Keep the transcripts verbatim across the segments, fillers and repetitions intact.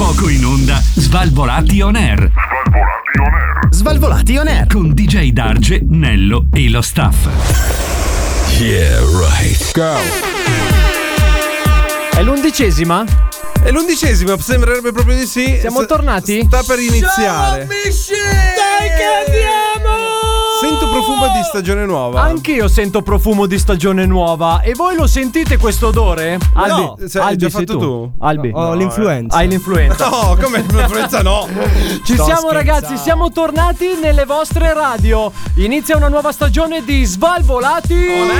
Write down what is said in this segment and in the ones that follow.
poco in onda Svalvolati on air. Svalvolati on air. Svalvolati on air con D J Darge, Nello e lo staff. Yeah, right. Go. È l'undicesima? È l'undicesima, sembrerebbe proprio di sì. Siamo S- tornati? Sta per iniziare. Dai che andiamo! Sento profumo di stagione nuova. Anch'io sento profumo di stagione nuova. E voi lo sentite questo odore? Albi, No, se- hai Albi, già sei fatto tu? Albi. Ho l'influenza. Hai l'influenza. No, come l'influenza no. Ci Sto siamo scherzando. ragazzi, siamo tornati nelle vostre radio. Inizia una nuova stagione di Svalvolati on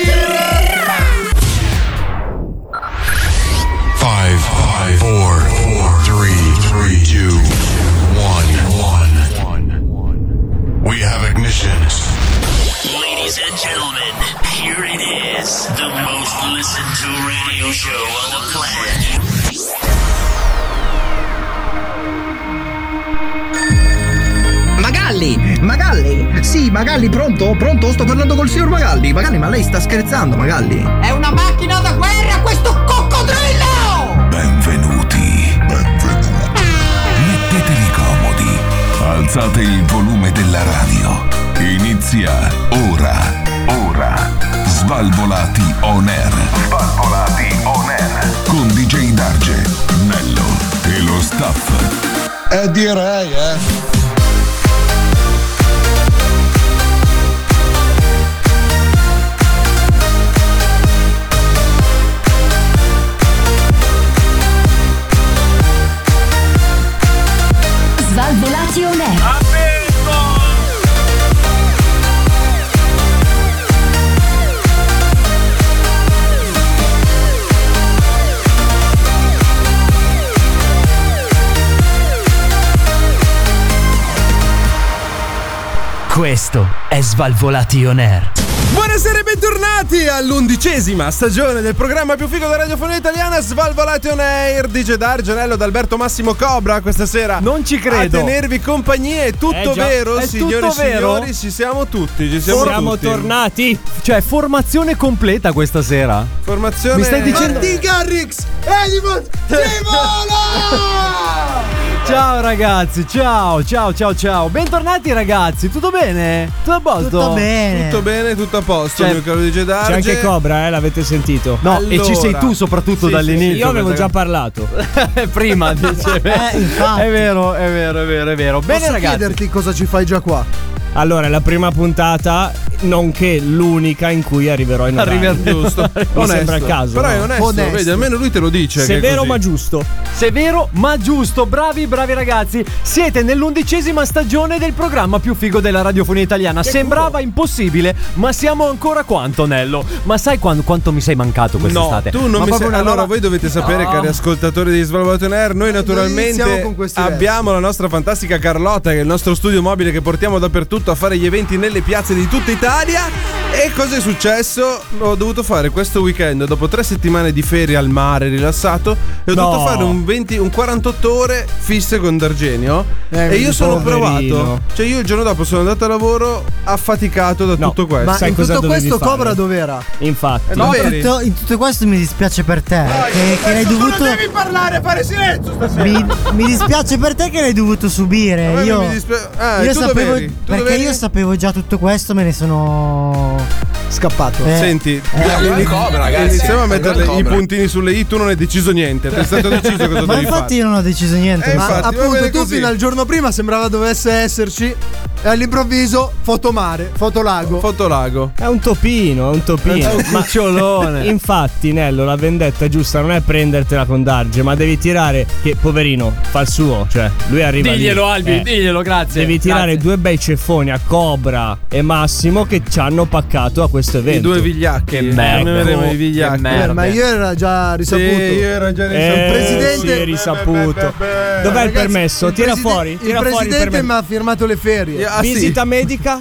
Five, five, four, four, three, three, two, one, one. We have ignition. Ladies and gentlemen, here it is, the most listened to radio show on the planet. Magalli, Magalli, sì, Magalli, pronto? Pronto? Sto parlando col signor Magalli. Magalli, ma lei sta scherzando, Magalli? È una macchina da guerra questo coccodrillo! Benvenuti. Benvenuti. Mettetevi comodi. Alzate il volume della radio. Inizia ora. Ora. Svalvolati on air. Svalvolati on air. Con D J Darge, Nello e lo staff. Eh direi, eh. Svalvolati on air. Questo è Svalvolati on air. Buonasera e bentornati all'undicesima stagione del programma più figo della radiofonia italiana, Svalvolati on air. D J Darge, Nello, D'Alberto, Massimo Cobra questa sera. Non ci credo. A tenervi compagnia, è tutto Eh già, vero, è signori tutto e vero? signori, ci siamo tutti, ci siamo, Siamo tutti. tornati. Cioè, formazione completa questa sera. Formazione. Mi stai dicendo- Martin Garrix, Edimon, Simona! Ciao ragazzi, ciao, ciao, ciao, ciao. Bentornati ragazzi, tutto bene? Tutto a posto? Tutto bene. Tutto bene, tutto a posto, Cioè, mio caro D J Darge. C'è anche Cobra, eh, l'avete sentito? No, Allora. e ci sei tu soprattutto Sì, dall'inizio. Io avevo questa già parlato. cosa. Prima dice. Eh, infatti. È vero, è vero, è vero, è vero. Bene Posso ragazzi. chiederti cosa ci fai già qua? Allora, è la prima puntata, nonché l'unica in cui arriverò in orario. Arriveremo. Giusto. Mi Onesto. sembra il caso. Però è no? onesto, Onesto. vedi, almeno lui te lo dice. che è Severo così. ma giusto. Severo ma giusto, bravi, bravi ragazzi. Siete nell'undicesima stagione del programma più figo della radiofonia italiana. Sembrava impossibile, ma siamo ancora quanto, Nello? Ma sai quando, quanto mi sei mancato No, quest'estate? tu non Ma mi proprio sei. una Allora, roba- voi dovete sapere, No. cari ascoltatori di Svalvolati on air, noi iniziamo naturalmente con questi abbiamo la nostra fantastica Carlotta, che è il nostro studio mobile che portiamo dappertutto a fare gli eventi nelle piazze di tutta Italia. E cosa è successo? Ho dovuto fare questo weekend, dopo tre settimane di ferie al mare rilassato, e ho No. dovuto fare un, venti, un quarantotto ore fisse con Dargenio. Eh, e io sono poverino. provato. Cioè, io il giorno dopo sono andato a lavoro affaticato da No, tutto questo. Ma sai in cosa tutto dovevi questo fare? Cobra dov'era? Infatti. No, In veri? tutto, in tutto questo mi dispiace per te. che, che l'hai dovuto. devi parlare, fare silenzio stasera. Mi, mi dispiace per te che l'hai dovuto subire. A me Io, non mi dispi- ah, io tu sapevo. dov'eri? Tu Perché dov'eri? io sapevo già tutto questo, me ne sono scappato. Eh, Senti, eh, Cobra, ragazzi. iniziamo a mettere Cobra. i puntini sulle i. Tu non hai deciso niente. È stato deciso cosa ma devi infatti fare. io non ho deciso niente. Eh, ma infatti, va appunto bene tu così. fino al giorno prima sembrava dovesse esserci e all'improvviso fotomare, fotolago. Fotolago. È un topino, è un topino. È un cucciolone. Infatti, Nello, la vendetta giusta non è prendertela con Darge, ma devi tirare. Che poverino, fa il suo. Cioè, lui arriva. lì. Diglielo Albi, Eh, diglielo, grazie. Devi tirare Grazie. due bei ceffoni a Cobra e Massimo che ci hanno paccato a questo I evento. due vigliacchi. Che merda. Chiameremo i Che vigliacchi. merda. Eh, ma io era già risaputo. Sì, io ero già Eh, risaputo. presidente- sì, è risaputo. Dov'è il Ragazzi, permesso? il Tira preside- fuori. Tira il fuori il presidente permesso. mi ha firmato le ferie. Ah, sì. Visita medica?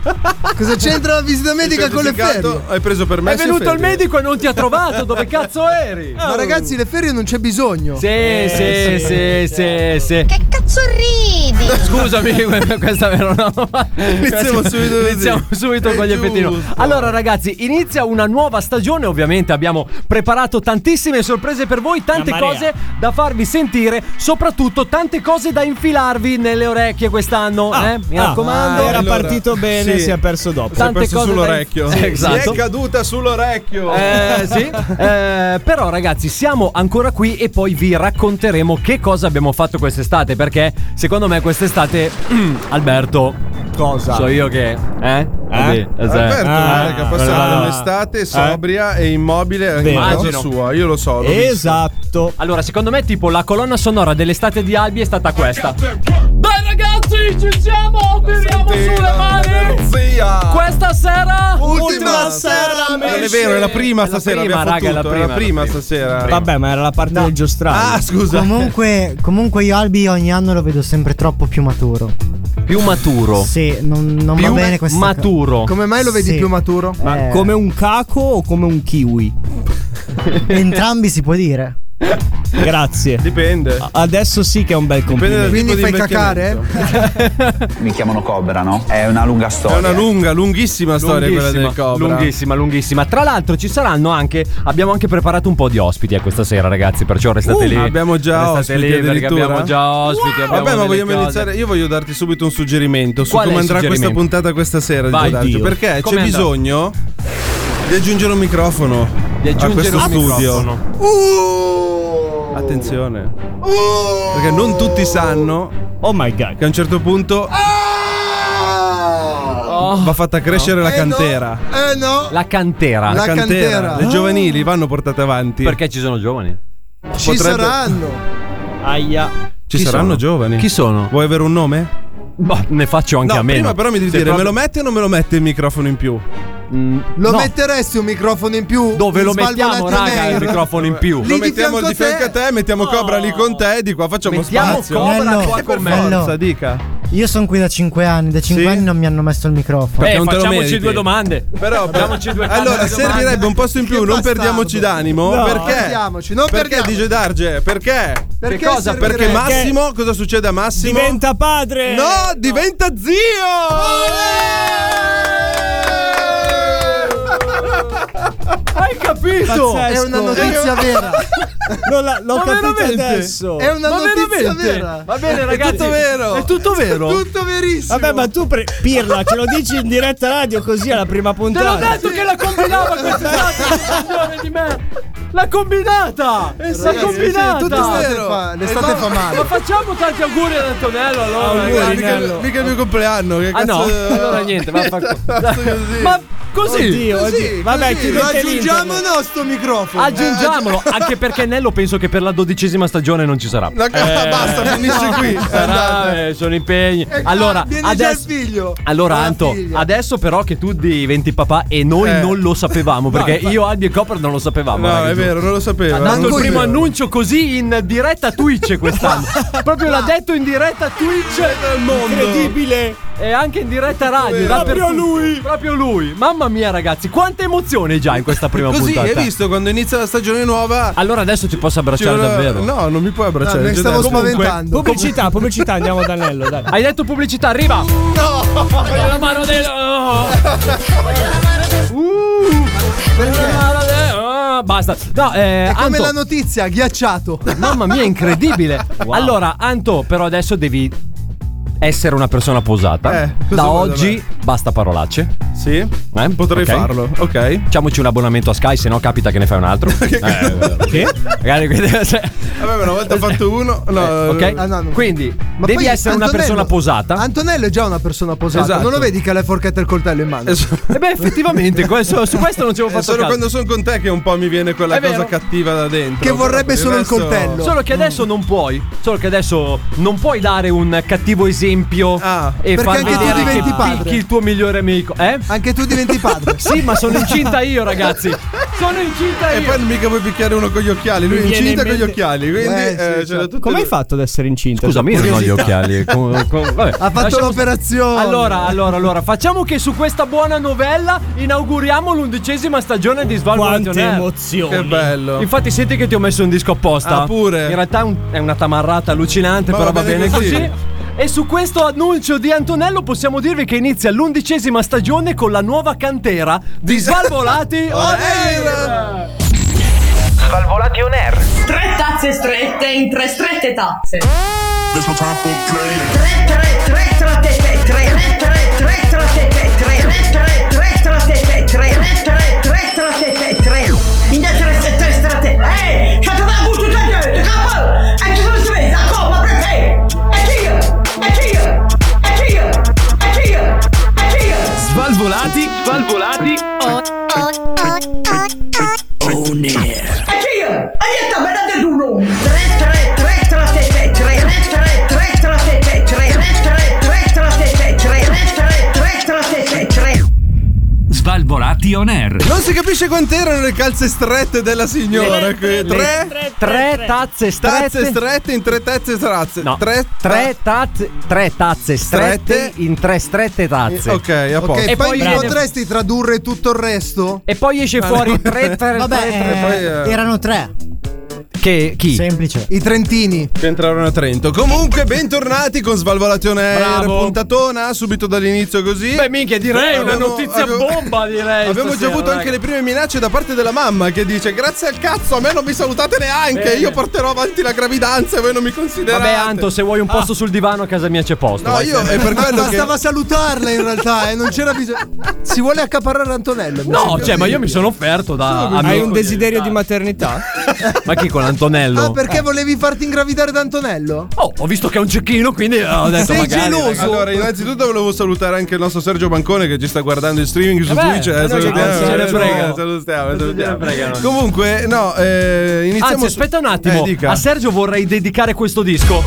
Cosa c'entra la visita medica Il con le certificato, ferie? Hai preso È permesso? venuto e il ferie. medico e non ti ha trovato. Dove cazzo eri? Ma ragazzi, le ferie non c'è bisogno. Sì, sì, sì, sì, sì. Che cazzo sorridi. Scusami, questa è una roba. Iniziamo subito così. Iniziamo subito È con gli effettini. giusto. Allora, ragazzi, inizia una nuova stagione. Ovviamente abbiamo preparato tantissime sorprese per voi, tante Una marea. cose da farvi sentire, soprattutto tante cose da infilarvi nelle orecchie quest'anno. Ah, eh? Mi ah, raccomando. era allora, partito bene, sì. si è perso dopo. Si è Tante perso cose da- sull'orecchio. Sì, esatto. Si è caduta sull'orecchio. Eh, sì. Eh, però ragazzi, siamo ancora qui e poi vi racconteremo che cosa abbiamo fatto quest'estate, perché secondo me quest'estate Alberto, Cosa? so io che eh? Eh? Alberto Ah, eh, che ha passato ah, un'estate sobria e immobile in Vero. casa Immagino. sua. Io lo so. l'ho visto. Esatto. Allora, secondo me, tipo, la colonna sonora dell'estate di Albi è stata questa. Dai ragazzi, ci siamo! Tiriamo su le mani! Zia. Questa sera Ultima sera, Non è vero, è la prima È la stasera. prima, abbiamo raga, è la fottuto, prima, è la prima è la prima. stasera. Vabbè, ma era la parte No. del giostrale. Ah, scusa. Comunque, comunque io Albi ogni anno lo vedo sempre troppo più maturo. più maturo. Sì, non, non Più va bene questa maturo. Come mai lo vedi Sì. più maturo? co- Ma Eh, come un caco o come un kiwi? Entrambi si può dire. Grazie. Dipende. Adesso sì che è un bel Dipende dal complimento. Quindi tipo di fai invecchiamento. Mi chiamano Cobra, no? È una lunga È storia. una lunga, lunghissima storia quella del Cobra. lunghissima, lunghissima. Tra l'altro ci saranno anche, abbiamo anche preparato un po' di ospiti a questa sera, ragazzi, perciò restate Uh, lì. abbiamo già restate ospiti lì perché addirittura? abbiamo già ospiti, abbiamo Vabbè, ma delle vogliamo cose. iniziare. Io voglio darti subito un suggerimento su Qual è come il andrà questa suggerimento? puntata questa sera. Vai, Giorgio, Dio. perché Come c'è andrà? bisogno di aggiungere un microfono Di a aggiungere questo un studio. microfono. Attenzione, perché non tutti sanno Oh my god. che a un certo punto va fatta crescere la Eh cantera. no, Eh no. La cantera. La cantera. Le giovanili vanno portate avanti. Perché ci sono giovani? Ci potrebbe- saranno. Aia. Ci Chi saranno sono? giovani. Chi sono? Vuoi avere un nome? Boh, ne faccio anche No, a meno. prima però mi devi Se dire, proprio- me lo mette o non me lo mette il microfono in più? Mm, Lo no. metteresti un microfono in più? Dove lo mettiamo, Svalvolati raga, on il air? microfono in più? Lì Lo di mettiamo fianco di fianco a te, mettiamo Cobra lì con te e di qua facciamo Mettiamo spazio. Cobra Nello, qua con me. Nello. Forza, dica. Io sono qui da cinque anni, da cinque Sì? anni non mi hanno messo il microfono. Perché Eh, non te lo facciamoci meriti. due domande. Però Facciamoci due allora domande. servirebbe un posto in più, Che non bastardo. perdiamoci d'animo. No, perché? perdiamoci, non perché perdiamoci. D J Darge? Perché? Perché Che cosa? servirebbe? Perché Massimo, cosa succede a Massimo? Diventa padre. No, diventa zio! Hai capito? Pazzesco. È una notizia vera. Non la- l'ho Ma capito veramente? adesso. È una Ma notizia veramente? vera. Va bene, ragazzi. tutto vero. È tutto vero. Tutto verissimo. Vabbè, ma tu pre- Pirla, ce lo dici in diretta radio così alla prima Te l'ho puntata. detto che la combinava quest'estate, signore di me. L'ha combinata. L'ha Ragazzi, combinata. sì, tutto l'estate vero. fa, l'estate Eh, ma- fa male. Ma facciamo tanti auguri ad Antonello allora. Auguri, ragazzi. mica, Nello. mica il mio compleanno. Che Ah no? cazzo- Allora niente, va a far Cazzo così. Ma così. Oddio, Così, oddio. Vabbè, così, chiudete lo aggiungiamo l'internet. no sto microfono. Aggiungiamolo, anche perché Nello penso che per la dodicesima stagione non ci sarà. La ca- basta, finisce no. qui. Sarà, eh, sono impegni. Eh, Allora, viene già adesso, il figlio. allora O la Anto, figlia. adesso però che tu diventi papà e noi Eh. non lo sapevamo, perché io, Albi e Copper non lo sapevamo. No, raga, è giù. vero, non lo sapevo. Ha dato Manco il primo io. annuncio così in diretta Twitch quest'anno. Proprio l'ha detto in diretta Twitch al mondo. Incredibile. e anche in diretta radio. Proprio dappertutto. lui. Proprio lui. Mamma mia, ragazzi, quante emozioni già in questa prima Così, puntata. hai visto quando inizia la stagione nuova? Allora adesso ci posso ci abbracciare vuole- davvero. No, non mi puoi No, abbracciare. mi già stavo detto. spaventando. Pubblicità, pubblicità, andiamo da Nello, dai. Hai detto pubblicità, arriva. No! Voglio la mano del. Oh. Uh, voglio la mano del- oh, basta. No, eh, È come Anto, la notizia, ghiacciato. mamma mia, incredibile. Allora, Anto, però adesso devi essere una persona posata. Eh, cosa da vuoi da oggi basta parolacce. Sì, Eh? potrei Ok. farlo. Ok. Facciamoci un abbonamento a Sky, se no capita che ne fai un altro. eh, Che? Magari quindi- Vabbè, ma una volta fatto uno. No, ok? Ah, no, no. Quindi Ma devi poi essere una Antonello- persona posata. Antonello è già una persona posata. Esatto. Non lo vedi che ha le forchette e il coltello in mano? È so- E beh, effettivamente, questo- su questo non ci avevo è fatto solo caso. quando sono con te che un po' mi viene quella È cosa vero. cattiva da dentro. Che vorrebbe Però per solo il resto- coltello. Solo che adesso non puoi. Solo che adesso non puoi dare un cattivo esempio Ah, e perché far anche tu vedere che diventi padre. picchi il tuo migliore amico. Eh? Anche tu diventi padre. Sì, ma sono incinta io, ragazzi. sono incinta E io. poi mica puoi picchiare uno con gli occhiali. Lui è Mi viene incinta in con gli mente- occhiali. Quindi Eh, sì, eh, ce cioè. l'ha tutte Come e hai due. fatto ad essere incinta? Scusami, io non ho gli Curiosità. occhiali. Com- com- vabbè, Ha fatto lasciamo- l'operazione. Allora, allora, allora, facciamo che su questa buona novella inauguriamo l'undicesima stagione di Svalvolation Quante Air. emozioni. Che bello. Infatti senti che ti ho messo un disco apposta. Ah, pure? In realtà è, un- è una tamarrata allucinante, Ma però va va bene bene così. così. E su questo annuncio di Antonello possiamo dirvi che inizia l'undicesima stagione con la nuova cantera di Svalvolati On Air. Svalvolati on air. Tre tazze strette in tre strette tazze. There's no time for playing. Tre, tre, tre trattete, tre, tre, tre trattete, tre, tre, tre trattete, tre, tre, tre trattete, tre. In tre, tre strate. Ehi, che te l'ha avuto da te, capo? E ci sono sveglia, come, perché? E chi io? E chi io? E chi io? E chi io? E chi io? Svalvolati, svalvolati. On air. E chi io? E niente, me ne date uno. Tre, tre, tre trattete, tre, tre, tre trattete, tre, tre, tre trattete, tre, tre, tre trattete, tre. Svalvolati on air. Non si capisce quant'erano le calze strette della signora. Qui. Tre Tre tazze strette. tazze strette in tre tazze strazze. No, Tre, tre tazze, tre tazze strette Strette. in tre strette tazze. Ok, a posto. Ok, E poi poi mi viene- potresti tradurre tutto il resto? E poi esce fuori tre, tre, Vabbè, tre, tre, eh, poi, eh. erano tre. Che chi? Semplice. I trentini. Che entrarono a Trento. Comunque, bentornati con Svalvolation Air. Bravo. Puntatona, subito dall'inizio così. Beh, minchia, direi una Abbiamo- notizia abbiamo- bomba, direi. Abbiamo già stasera, avuto raga. anche le prime minacce da parte della mamma che dice: grazie al cazzo, a me non mi salutate neanche. Bene. Io porterò avanti la gravidanza e voi non mi considerate. Vabbè, Anto, se vuoi un posto sul divano a casa mia c'è posto. No, vai. io è per Ma quello che. bastava salutarla in realtà e non c'era bisogno. Si vuole accaparrare Antonello. mi No, sembra. cioè, ma io mi sono offerto da Hai amico un di- desiderio di maternità? Ma chi con Antonello? Ah, perché volevi farti ingravidare da Antonello? Oh, ho visto che è un cecchino, quindi ho detto Sei magari. geloso? ragazzi. Allora, innanzitutto volevo salutare anche il nostro Sergio Bancone che ci sta guardando in streaming su Vabbè, Twitch. Eh, non salutiamo, ce ne eh, frega. salutiamo, Non ce ne salutiamo. frega, no. Comunque, no, eh, iniziamo. Anzi, aspetta un attimo. Eh, dica. A Sergio vorrei dedicare questo disco.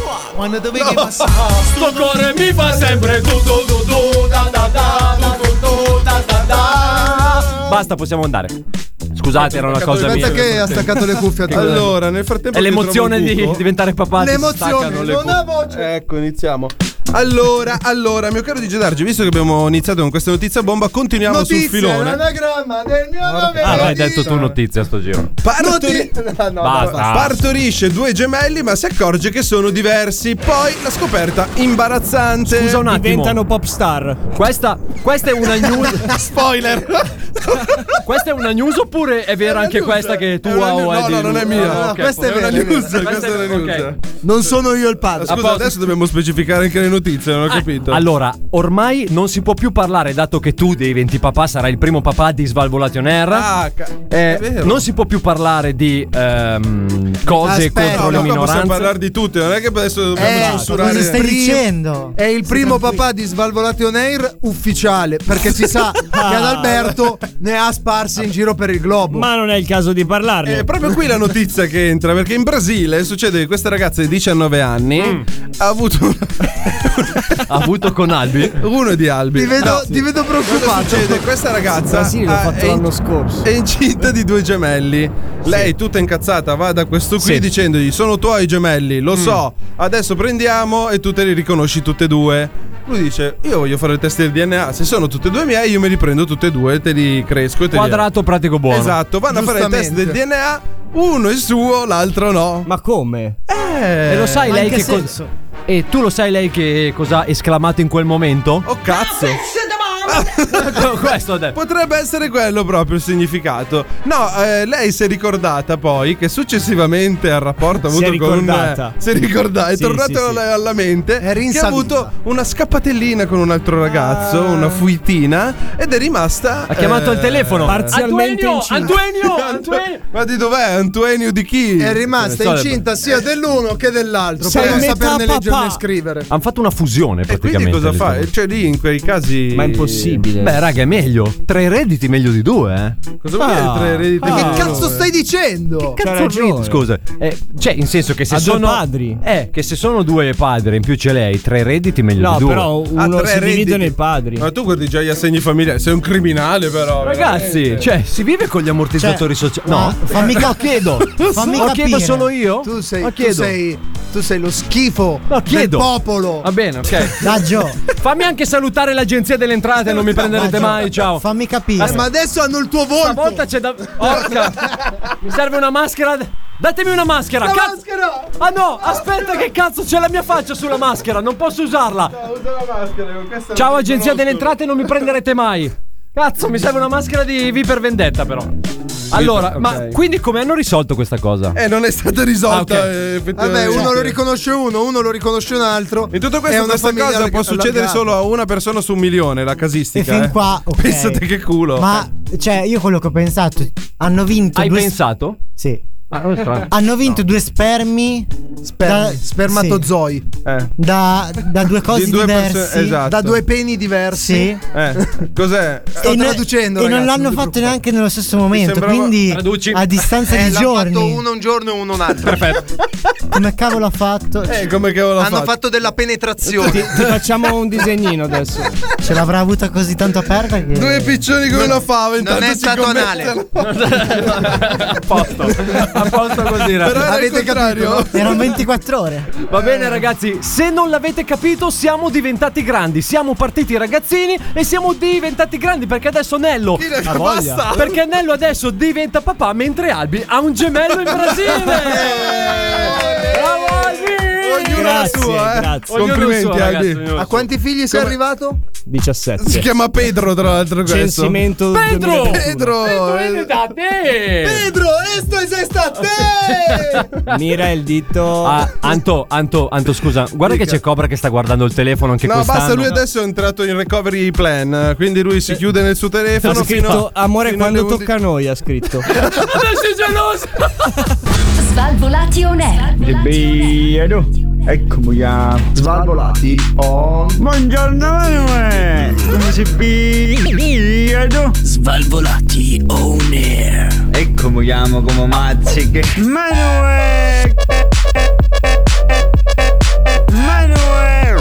Sto cuore mi fa sempre tu tu tu tu da da da tu tu tu da da da. Basta, possiamo andare. Scusate, era una cosa mia. Aspetta che ha staccato le cuffie a te. Allora, nel frattempo È che l'emozione trovo il di buco- diventare papà. ti L'emozione, staccano le non cuffie. ha voce. Ecco, iniziamo. Allora, allora, mio caro D J Darge, visto che abbiamo iniziato con questa notizia bomba, continuiamo sul Notizie, filone. l'anagramma del mio nome. Ah, l'hai detto tu notizia sto giro. Partori- No, no, Basta. Partorisce due gemelli, ma si accorge che sono diversi. Poi la scoperta imbarazzante. Scusa un attimo. Diventano pop star. Questa, questa è una news. Spoiler. Questa è una news oppure è vera anche questa che è È una tua news- o è no, di no, non è lui? mia. Ah, No, ok, questa è È una vera, è news, vera. questa è una news. ok. Non sono io il padre. Scusa, adesso dobbiamo specificare anche le notizie, non ho capito. Allora, ormai non si può più parlare, dato che tu diventi papà, sarai il primo papà di Svalvolation Air. Ah, ca- Eh, è vero. non si può più parlare di ehm, cose Aspetta, contro No, le ma qua possiamo minoranze. parlare di tutte, non è che adesso dobbiamo Eh, censurare. Cosa stai Prim- dicendo? È il primo papà di Svalvolation Air ufficiale, perché si sa che Adalberto ne ha sparsi in giro per il globo. Ma non è il caso di parlarne. È proprio qui la notizia che entra, perché in Brasile succede che questa ragazza di diciannove anni Mm. ha avuto una- Ha avuto con Albi? uno di Albi. Ti vedo, No, ti vedo cosa preoccupato. succede? Questa ragazza Brasile l'ho ha- fatto è, l'anno scorso. è incinta di due gemelli. Lei, tutta incazzata, va da questo qui Sì. dicendogli: sono tuoi gemelli, lo so, adesso prendiamo e tu te li riconosci tutte e due. Lui dice: io voglio fare il test del D N A, se sono tutte e due miei io me li prendo tutte e due, te li cresco e te li- Quadrato pratico buono. Esatto, vanno a fare il test del Giustamente. D N A, uno è suo, l'altro no. Ma come? Eh, E lo sai Ma lei in che che cosa. senso? E tu lo sai lei che cosa ha esclamato in quel momento? Oh cazzo! Questo ho detto. Potrebbe essere quello proprio il significato. No, eh, lei si è ricordata poi che successivamente al rapporto Si è avuto con un. ricordata. Si è ricordata, è Sì, tornato sì, sì. alla, alla mente È che ha rinsavita. avuto una scappatellina con un altro ragazzo, una fuitina, ed è rimasta. Ha chiamato al telefono. Parzialmente Antuenio, incinta. Antuenio, Antuenio. Ma di dov'è? Antuenio di chi? È rimasta Non so, incinta sia dell'uno che dell'altro. Sei Per non metà saperne papà. leggere né scrivere. Hanno fatto una fusione E quindi praticamente. cosa lì fa? due. Cioè lì in quei casi. Ma è impossibile. possibile? Beh, raga, è meglio. Tre redditi meglio di due, eh. Cosa vuol dire tre redditi? Ma meglio che di cazzo due? stai dicendo? Che C'ha cazzo ragione. ridi? Scusa. Eh, cioè, in senso che se Ha due sono padri. Eh, che se sono due padri in più ce l'hai, tre redditi meglio No, di due. però uno Ah, tre si redditi. dividono i padri. Ma tu guardi già gli assegni familiari, sei un criminale però. Ragazzi, veramente. cioè, si vive con gli ammortizzatori Cioè, sociali. ma No, fammi no, cap- chiedo. fammi Lo capire. chiedo solo io? Tu sei, Lo tu chiedo. sei, tu sei lo schifo No, del chiedo. popolo. Va bene, ok. Daggio, Fammi anche salutare l'agenzia delle entrate, non mi prenderete Daggio, mai, ciao. fammi capire. Eh, ma adesso hanno il tuo volto. Stavolta c'è da. Orca! Mi serve una maschera. Datemi una maschera! La cazzo! maschera! Ah no, aspetta che cazzo c'è la mia faccia sulla maschera, non posso usarla! No, usa la maschera, con questa non Ciao ti agenzia conosco. delle entrate, non mi prenderete mai! Cazzo, mi serve una maschera di V per vendetta però. Allora, Ok. ma quindi come hanno risolto questa cosa? Eh, non è stata risolta. Ah, ok. eh, effettivamente. Vabbè, uno lo riconosce uno, uno lo riconosce un altro. In tutto È questo, una questa famiglia cosa può allargata. succedere solo a una persona su un milione, la E casistica. fin eh. qua, ok. Pensate che culo. Ma, cioè, io quello che ho pensato, hanno vinto Hai due pensato? Sì. Ah, non è strano. Hanno vinto due spermi Spermi, da- spermatozoi. Eh. da, da due cose Di due diverse. perso- esatto. Da due peni diversi. Sì. Eh. Cos'è? Sto e, ne- traducendo, e non ragazzi, l'hanno non vi fatto preoccupate. neanche nello stesso momento. sembrava- Quindi Traduci. a distanza Eh, di l'ha giorni. fatto uno un giorno e uno un altro. Perfetto. Come cavolo ha fatto? Eh, come cavolo ha Hanno fatto? fatto della penetrazione. Ti, ti facciamo un disegnino adesso. Ce l'avrà avuta così tanto aperta che. Due piccioni come una fava. Non è stato anale. A posto. A posto così, Però ragazzi. era Avete il contrario. capito? Erano ventiquattro ore. Va bene ragazzi, se non l'avete capito siamo diventati grandi, siamo partiti ragazzini e siamo diventati grandi perché adesso Nello Ha voglia. basta. perché Nello adesso diventa papà mentre Albi ha un gemello in Brasile. Bravo Albi! Ognuno la Grazie, sua, eh. grazie. Ognuno il Complimenti, suo, ragazzi, Albi. ognuno il A suo. quanti figli sei arrivato? diciassette. Si chiama Pedro, tra l'altro. questo. Censimento Pedro! duemilaventuno. Pedro. Vieni da te! Pedro, esto es esta te! Mira il dito. Ah, Anto, Anto, Anto, scusa, guarda che c'è Cobra che sta guardando il telefono anche No, quest'anno. basta, lui adesso è entrato in recovery plan. Quindi lui si chiude nel suo Ha telefono. scritto fino- amore fino quando alle tocca a noi, ha scritto. Adesso è geloso! Svalvolati on air. Eccomi a Svalvolati on. Buongiorno Manuel. Come si pigliano? Svalvolati on air. Eccomi chiamo come mazziche. Manuel. Manuel.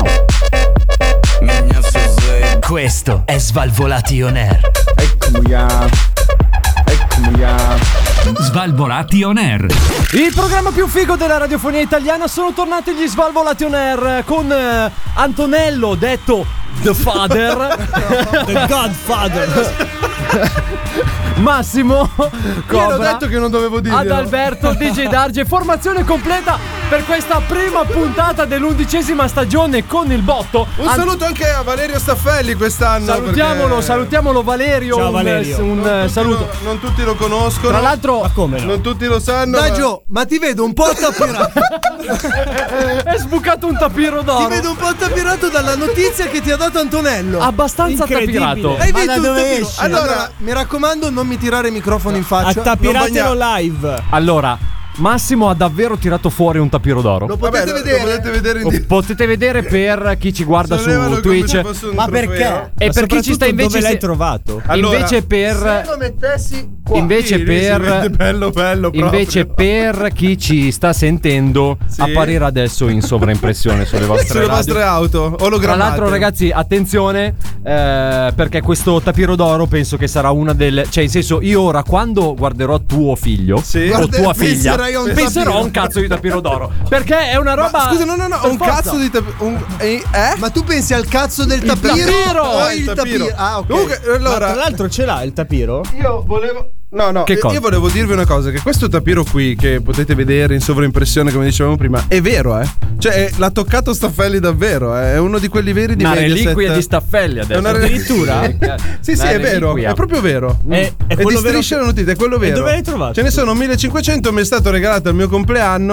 Questo è Svalvolati on air. Eccomi a. Eccomi a. Svalvolati on air. Il programma più figo della radiofonia italiana, sono tornati gli Svalvolati on air con eh, Antonello, detto The Father, The Godfather. Massimo Io Cobra, l'ho detto che non dovevo dirlo. Adalberto, D J Darge, formazione completa per questa prima puntata dell'undicesima stagione con il botto. Un An- saluto anche a Valerio Staffelli quest'anno. Salutiamolo, perché salutiamolo Valerio. Ciao, un, Valerio. un, Non tutti saluto. lo- non tutti lo conoscono. Tra l'altro, Ma come no? non tutti lo sanno. Dai ma- Gio, ma ti vedo un po' tappirato. è sbucato un tapiro Ti d'oro. vedo un po' tappirato dalla notizia che ti ha dato Antonello. Abbastanza Incredibile. tapirato. Hai Ma visto da un dove tapiro? esce? Allora, Allora, mi raccomando, non mi tirare il microfono in faccia. Attapiratelo Non bagna- live. Allora, Massimo ha davvero tirato fuori un tapiro d'oro. Lo Vabbè, potete lo- vedere. Lo potete vedere in Lo di- potete vedere per chi ci guarda Sollevalo su come Twitch. se fosse un Ma trofeo. perché? E Ma per chi ci sta soprattutto invece dove l'hai se- trovato? Allora, invece Se per lo mettessi qua. invece Sì, lui si vede per bello bello proprio. invece per chi ci sta sentendo Sì. apparirà adesso in sovraimpressione sulle vostre sulle radio. vostre auto Tra ologrammate. l'altro ragazzi attenzione eh, perché questo tapiro d'oro penso che sarà una delle, cioè in senso io ora quando guarderò tuo figlio Sì. o Guarda, tua figlia penserai a un penserò a tapiro. un cazzo di tapiro d'oro perché è una Ma roba scusa, no, no, no, per un forza. cazzo di tap- un, eh? eh? Ma tu pensi al cazzo del tapiro? tapiro! O Eh, il tapiro? Ah, ok. Comunque, Ma allora, tra l'altro ce l'ha il tapiro? io volevo. No, no, Che io- cosa? io volevo dirvi una cosa: che questo tapiro qui, che potete vedere in sovraimpressione, come dicevamo prima, è vero, eh? Cioè, l'ha toccato Staffelli davvero, eh? È uno di quelli veri di una Mediaset. reliquia di Staffelli adesso È una re- Addirittura? Sì, sì, Una è vero, reliquia. è proprio vero. È- è e quello di vero Striscia che- la notizia, è quello vero. dove l'hai trovato? Ce ne sono millecinquecento, mi è stato regalato al mio compleanno.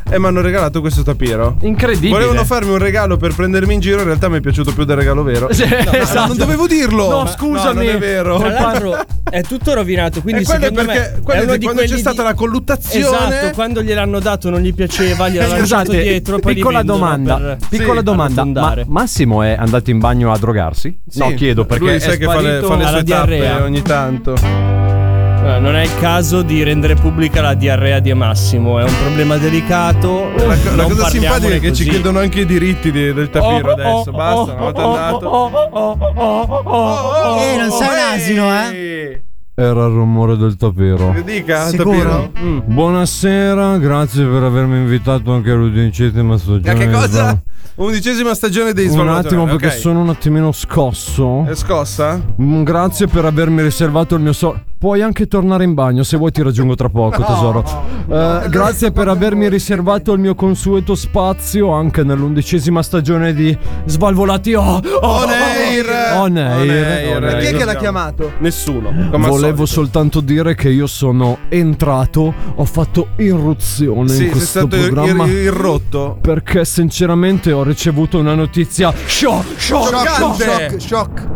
e mi hanno regalato questo tapiro. Incredibile. Volevano farmi un regalo per prendermi in giro, in realtà mi è piaciuto più del regalo vero. Sì, no, esatto. Non dovevo dirlo. No, Ma- scusami. no, non è vero. Tra l'altro è tutto rovinato, quindi E quello è secondo perché me quello è è uno di di quando c'è quelli stata di- la colluttazione. Esatto, quando gliel'hanno dato non gli piaceva, gliel'hanno lasciato Scusate, dietro e poi li piccola vendono domanda, per- piccola Sì, domanda. Ma arrotondare. Massimo è andato in bagno a drogarsi? Sì. No, chiedo perché lui è sai che fa le, sparito fa le alla sue tappe diarrea. ogni tanto. Eh, Non è il caso di rendere pubblica la diarrea di Massimo, è un problema delicato. La, la non cosa simpatica parliamone è che così. ci chiedono anche i diritti di- del tapiro Oh, adesso. oh, Basta, oh, una volta oh, andato. oh, oh, oh, oh, Eh, non sei un ehi! asino, eh? Era il rumore del tapiro. Che dica, Sicuro? tapiro? Mm. Buonasera, grazie per avermi invitato anche all'undicesima stagione. A che di cosa? Sval- Undicesima stagione dei Un Svalvolatori. attimo perché Ok. sono un attimino scosso. È scossa? Mm, Grazie per avermi riservato il mio so. Puoi anche tornare in bagno, se vuoi ti raggiungo tra poco, tesoro. Eh, grazie per avermi riservato il mio consueto spazio anche nell'undicesima stagione di Svalvolati. Oh, oh, On air! On air, On air. on air. Chi è che l'ha chiamato? Nessuno. Come al Volevo solito. soltanto dire che io sono entrato, ho fatto irruzione Sì, in sei questo stato ir- programma. ir- irrotto. Perché sinceramente ho ricevuto una notizia shock, shock, Scioccante. Shock, shock.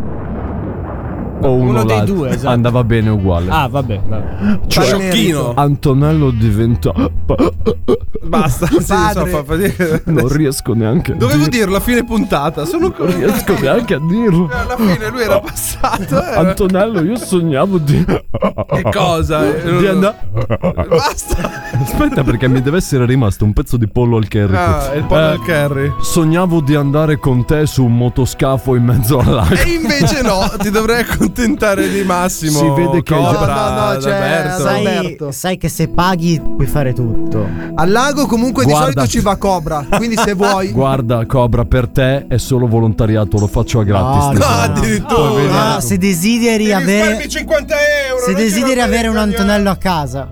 o uno, Uno dei l'altro. due, esatto. Andava bene uguale. Ah, vabbè, vabbè. Cioè, Sciocchino. Antonello diventa. Basta. Sì, so, Padre. fa fatica. Non riesco neanche a Dovevo dir- dirlo a fine puntata. Sono Non riesco neanche a dirlo. Alla fine lui era passato. eh. Antonello, io sognavo di. Che cosa? Di andare. Basta. Aspetta, perché mi deve essere rimasto un pezzo di pollo al curry. Ah, il pollo Eh, al curry. Sognavo di andare con te su un motoscafo in mezzo al lago. E invece no, ti dovrei accontentare di Massimo. Si vede che- Cobra, No, no, no, c'è- Adalberto. sai- Sai, Alberto. sai che se paghi puoi fare tutto. Al lago comunque Guarda. di solito ci va Cobra. Quindi se vuoi. Guarda, Cobra, per te è solo volontariato, lo faccio a gratis. No, No, tesoro. addirittura. Puoi venire. Ah, se desideri Ti avere risparmi cinquanta euro. se non ce desideri la avere un fai, Antonello a casa,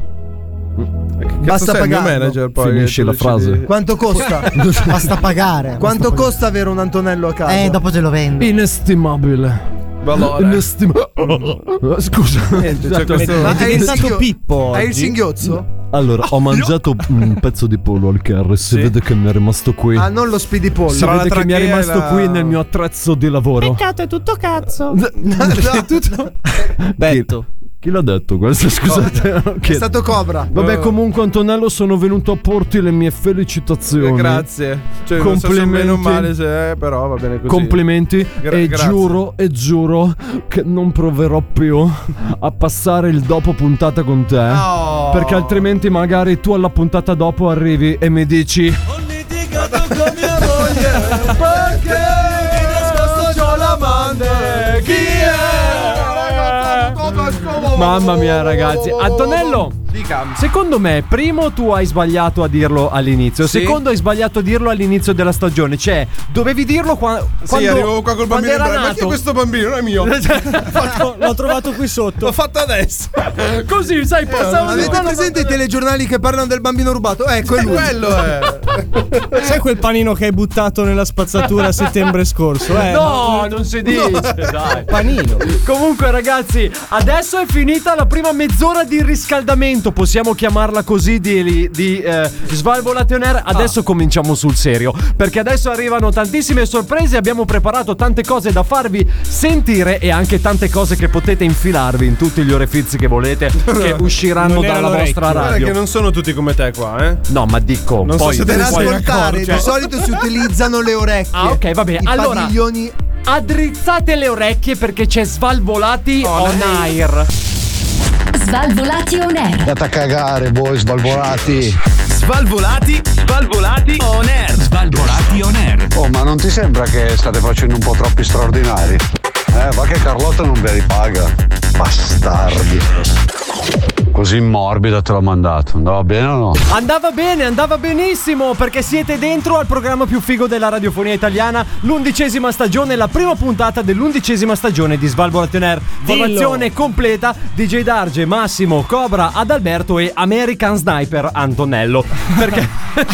Basta sei il mio pagarlo. manager poi. Finisci che tu la decidi. frase. Quanto costa? basta pagare. Quanto Basta costa avere un Antonello a casa? pagare. Eh, dopo te lo vendo. Inestimabile. Valore. Inestimabile. Scusa. Niente, c'è questo- Ma È hai il diventato singhio- Pippo Hai il oggi. singhiozzo? Allora, ho mangiato un pezzo di pollo al curry. Si Sì. vede che mi è rimasto qui. Ah, non lo speedy pollo. Si Tra la vede che mi è trachea e rimasto la- qui nel mio attrezzo di lavoro. Peccato, è tutto cazzo. È tutto- Betto. Chi l'ha detto questo? Scusate. non È chiedo. stato Cobra. Vabbè, comunque, Antonello, sono venuto a porti le mie felicitazioni. Eh, Grazie. Cioè, non so se Complimenti. bene o male, se, eh, però va bene così. Complimenti. Gra- e grazie. giuro e giuro che non proverò più a passare il dopo puntata con te. No. Perché altrimenti magari tu alla puntata dopo arrivi e mi dici Ho litigato con mia moglie perché di nascosto c'ho l'amante. Chi è? mamma mia, ragazzi. Antonello, Dica. secondo me, primo tu hai sbagliato a dirlo all'inizio. Sì. Secondo hai sbagliato a dirlo all'inizio della stagione. Cioè, dovevi dirlo qua- Sì, quando arrivo qua col quando bambino in era braccio. Ma chi è nato. questo bambino? Non è mio. L'ho trovato qui sotto. L'ho fatto adesso. Così, sai, passavo di Avete presente i telegiornali che parlano del bambino rubato? Ecco, è lui. Quello è. Sai quel panino che hai buttato nella spazzatura a settembre scorso? Eh, No, non si dice, dai. panino. Comunque, ragazzi, adesso è finita la prima mezz'ora di riscaldamento, possiamo chiamarla così, di, di eh, Svalvolation Air. Adesso cominciamo sul serio, perché adesso arrivano tantissime sorprese. Abbiamo preparato tante cose da farvi sentire e anche tante cose che potete infilarvi in tutti gli orefizi che volete, che usciranno Non era dalla l'orecchio. vostra Guarda che radio. non sono tutti come te qua, eh. No, ma dico, Non so poi se te Per ne puoi ascoltare, accorgere. di solito si utilizzano le orecchie. Ah, ok, va bene. I Allora, padiglioni. addrizzate le orecchie perché c'è Svalvolati on air. Svalvolati on air. Andate a cagare voi svalvolati. Svalvolati, svalvolati on air. Svalvolati on air. Oh, ma non ti sembra che state facendo un po' troppi straordinari? Eh, va che Carlotta non ve li paga. Bastardi. Così morbida te l'ho mandato. Andava bene o no? Andava bene, andava benissimo, perché siete dentro al programma più figo della radiofonia italiana, l'undicesima stagione, la prima puntata dell'undicesima stagione di Svalvolation Air. Formazione completa: D J Darge, Massimo, Cobra, Adalberto e American Sniper Antonello. Perché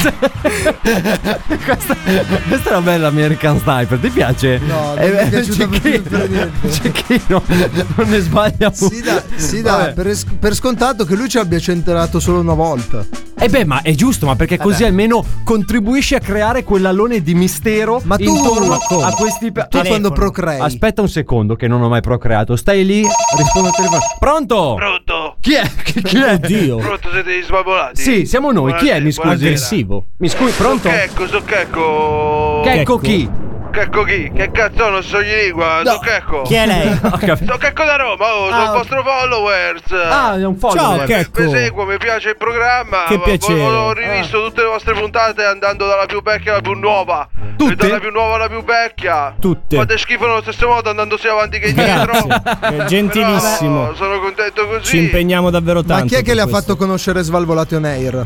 questa, questa è una bella American Sniper, ti piace? No, non Eh, mi è piaciuta Cecchino, per niente. Cecchino, non ne sbaglia. Si dà, si dà Vabbè. per, es- per scontato che lui ci abbia centrato solo una volta. Eh beh, ma è giusto, ma perché così beh. almeno contribuisci a creare quell'alone di mistero Ma tu- intorno ma come? a questi pe- Tu Telefono. quando procrei? Aspetta un secondo che non ho mai procreato. Stai lì, rispondo al telefono. Pronto? Pronto? Chi è? Chi, chi è? Oddio. Pronto, siete gli svalvolati? Sì, siamo noi. Chi è? Mi scusi. Aggressivo. Mi scusi, pronto? So Checco, so Checco. Checco chi? Checco chi? Che cazzo non so gli lingua? No. So Checco. Chi è lei? Ho capito. So Checco da Roma, oh, sono Ah, il vostro followers. Ah, è un follower. Ciao, Checco. Vi seguo, mi piace il programma. Che ma- piacere. Ho, ho rivisto tutte le vostre puntate andando dalla più vecchia alla più nuova. Tutte? E dalla più nuova alla più vecchia. Tutte. Fate schifo nello stesso modo andando sia avanti che indietro. Grazie. Eh, gentilissimo. Però sono contento così. Ci impegniamo davvero tanto. Ma chi è che per le ha questo. fatto conoscere Svalvolati on Air?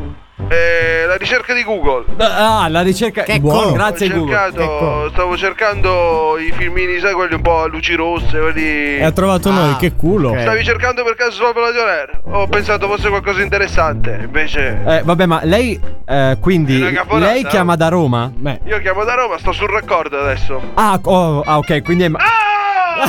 Eh, la ricerca di Google. Ah, la ricerca. Che Buono, culo. grazie Ho Google. cercato, stavo cercando i filmini, sai, quelli un po' a luci rosse, quelli. E ha trovato Ah, noi, che culo. ok. Stavi cercando per caso Svalvolati on Air? Ho pensato fosse qualcosa di interessante, invece. Eh, vabbè, ma lei eh, quindi È una cafonata, lei chiama da Roma? Beh, Io chiamo da Roma, sto sul raccordo adesso. Ah, oh, ah, ok, quindi è Ah!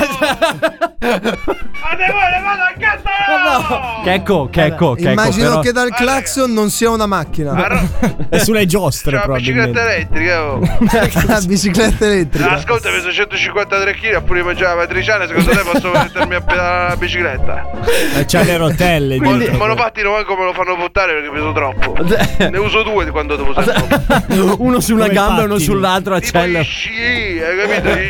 Ma te vuole, vado a cazzo! Checco, Checco, Checco. Immagino però- che dal clacson non sia una macchina. Ma ro- è sulle giostre C'è una bicicletta probabilmente. elettrica, oh. La bicicletta elettrica. Ascolta, peso centocinquantatré chili, pure mangiare la matriciana, secondo te posso mettermi a pedalare la bicicletta? E c'ha le rotelle. Mon- dietro. monopattino manco me lo fanno buttare perché peso troppo. Ne uso due quando devo usare uno. uno su una Come gamba e uno pattini. sull'altra Tipo accella. gli sci, hai capito? Gli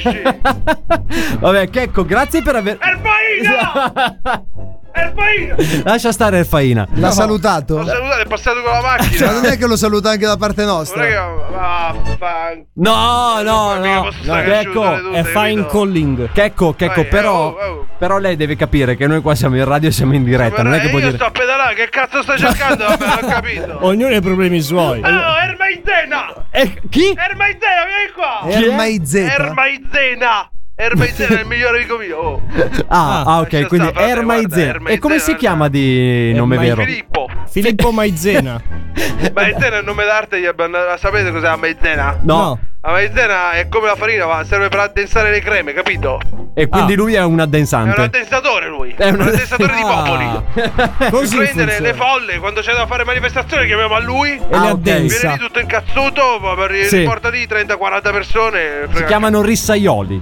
sci. Vabbè, Checco, grazie per aver. Erfaina! Erfaina! Lascia stare Erfaina. L'ha L'ho salutato? salutato, è passato con la Ma macchina. non è che lo saluta anche da parte Non è nostra? che. Vaffanculo. No, no, Mica no. posso no stare Checco, cacciute tutte, È fine capito? calling. Checco, Checco, Vai, però. oh, oh. Però lei deve capire che noi qua siamo in radio e siamo in diretta. Non è che Eh, può io dire. sto a pedalare, che cazzo stai cercando? Vabbè, l'ho capito. Ognuno ha i problemi suoi. Oh, Ermaizena! Eh, chi? Ermaizena, vieni qua! Ermaizeta. Ermaizena! Ermaizena è il migliore amico mio. Oh. Ah, ah, ok, Lascia quindi stare, frate, Ermaizena. guarda, E come si Ermaizena, chiama di nome Ermai- vero? Filippo. Filippo Maizena. Maizena è il nome d'arte di Abban- sapete cos'è la maizena? No. La maizena è come la farina, ma serve per addensare le creme, capito? E quindi Ah. lui è un È un addensante. addensatore lui. È È un- un addensatore di Ah. popoli. Così Prende le, funziona. le folle quando c'è da fare manifestazioni, chiamiamo a lui. E Ah, le ok. addensa. Viene lì tutto incazzuto, ma per Sì. riporta di trenta quaranta persone. Si frega- chiamano rissaioli.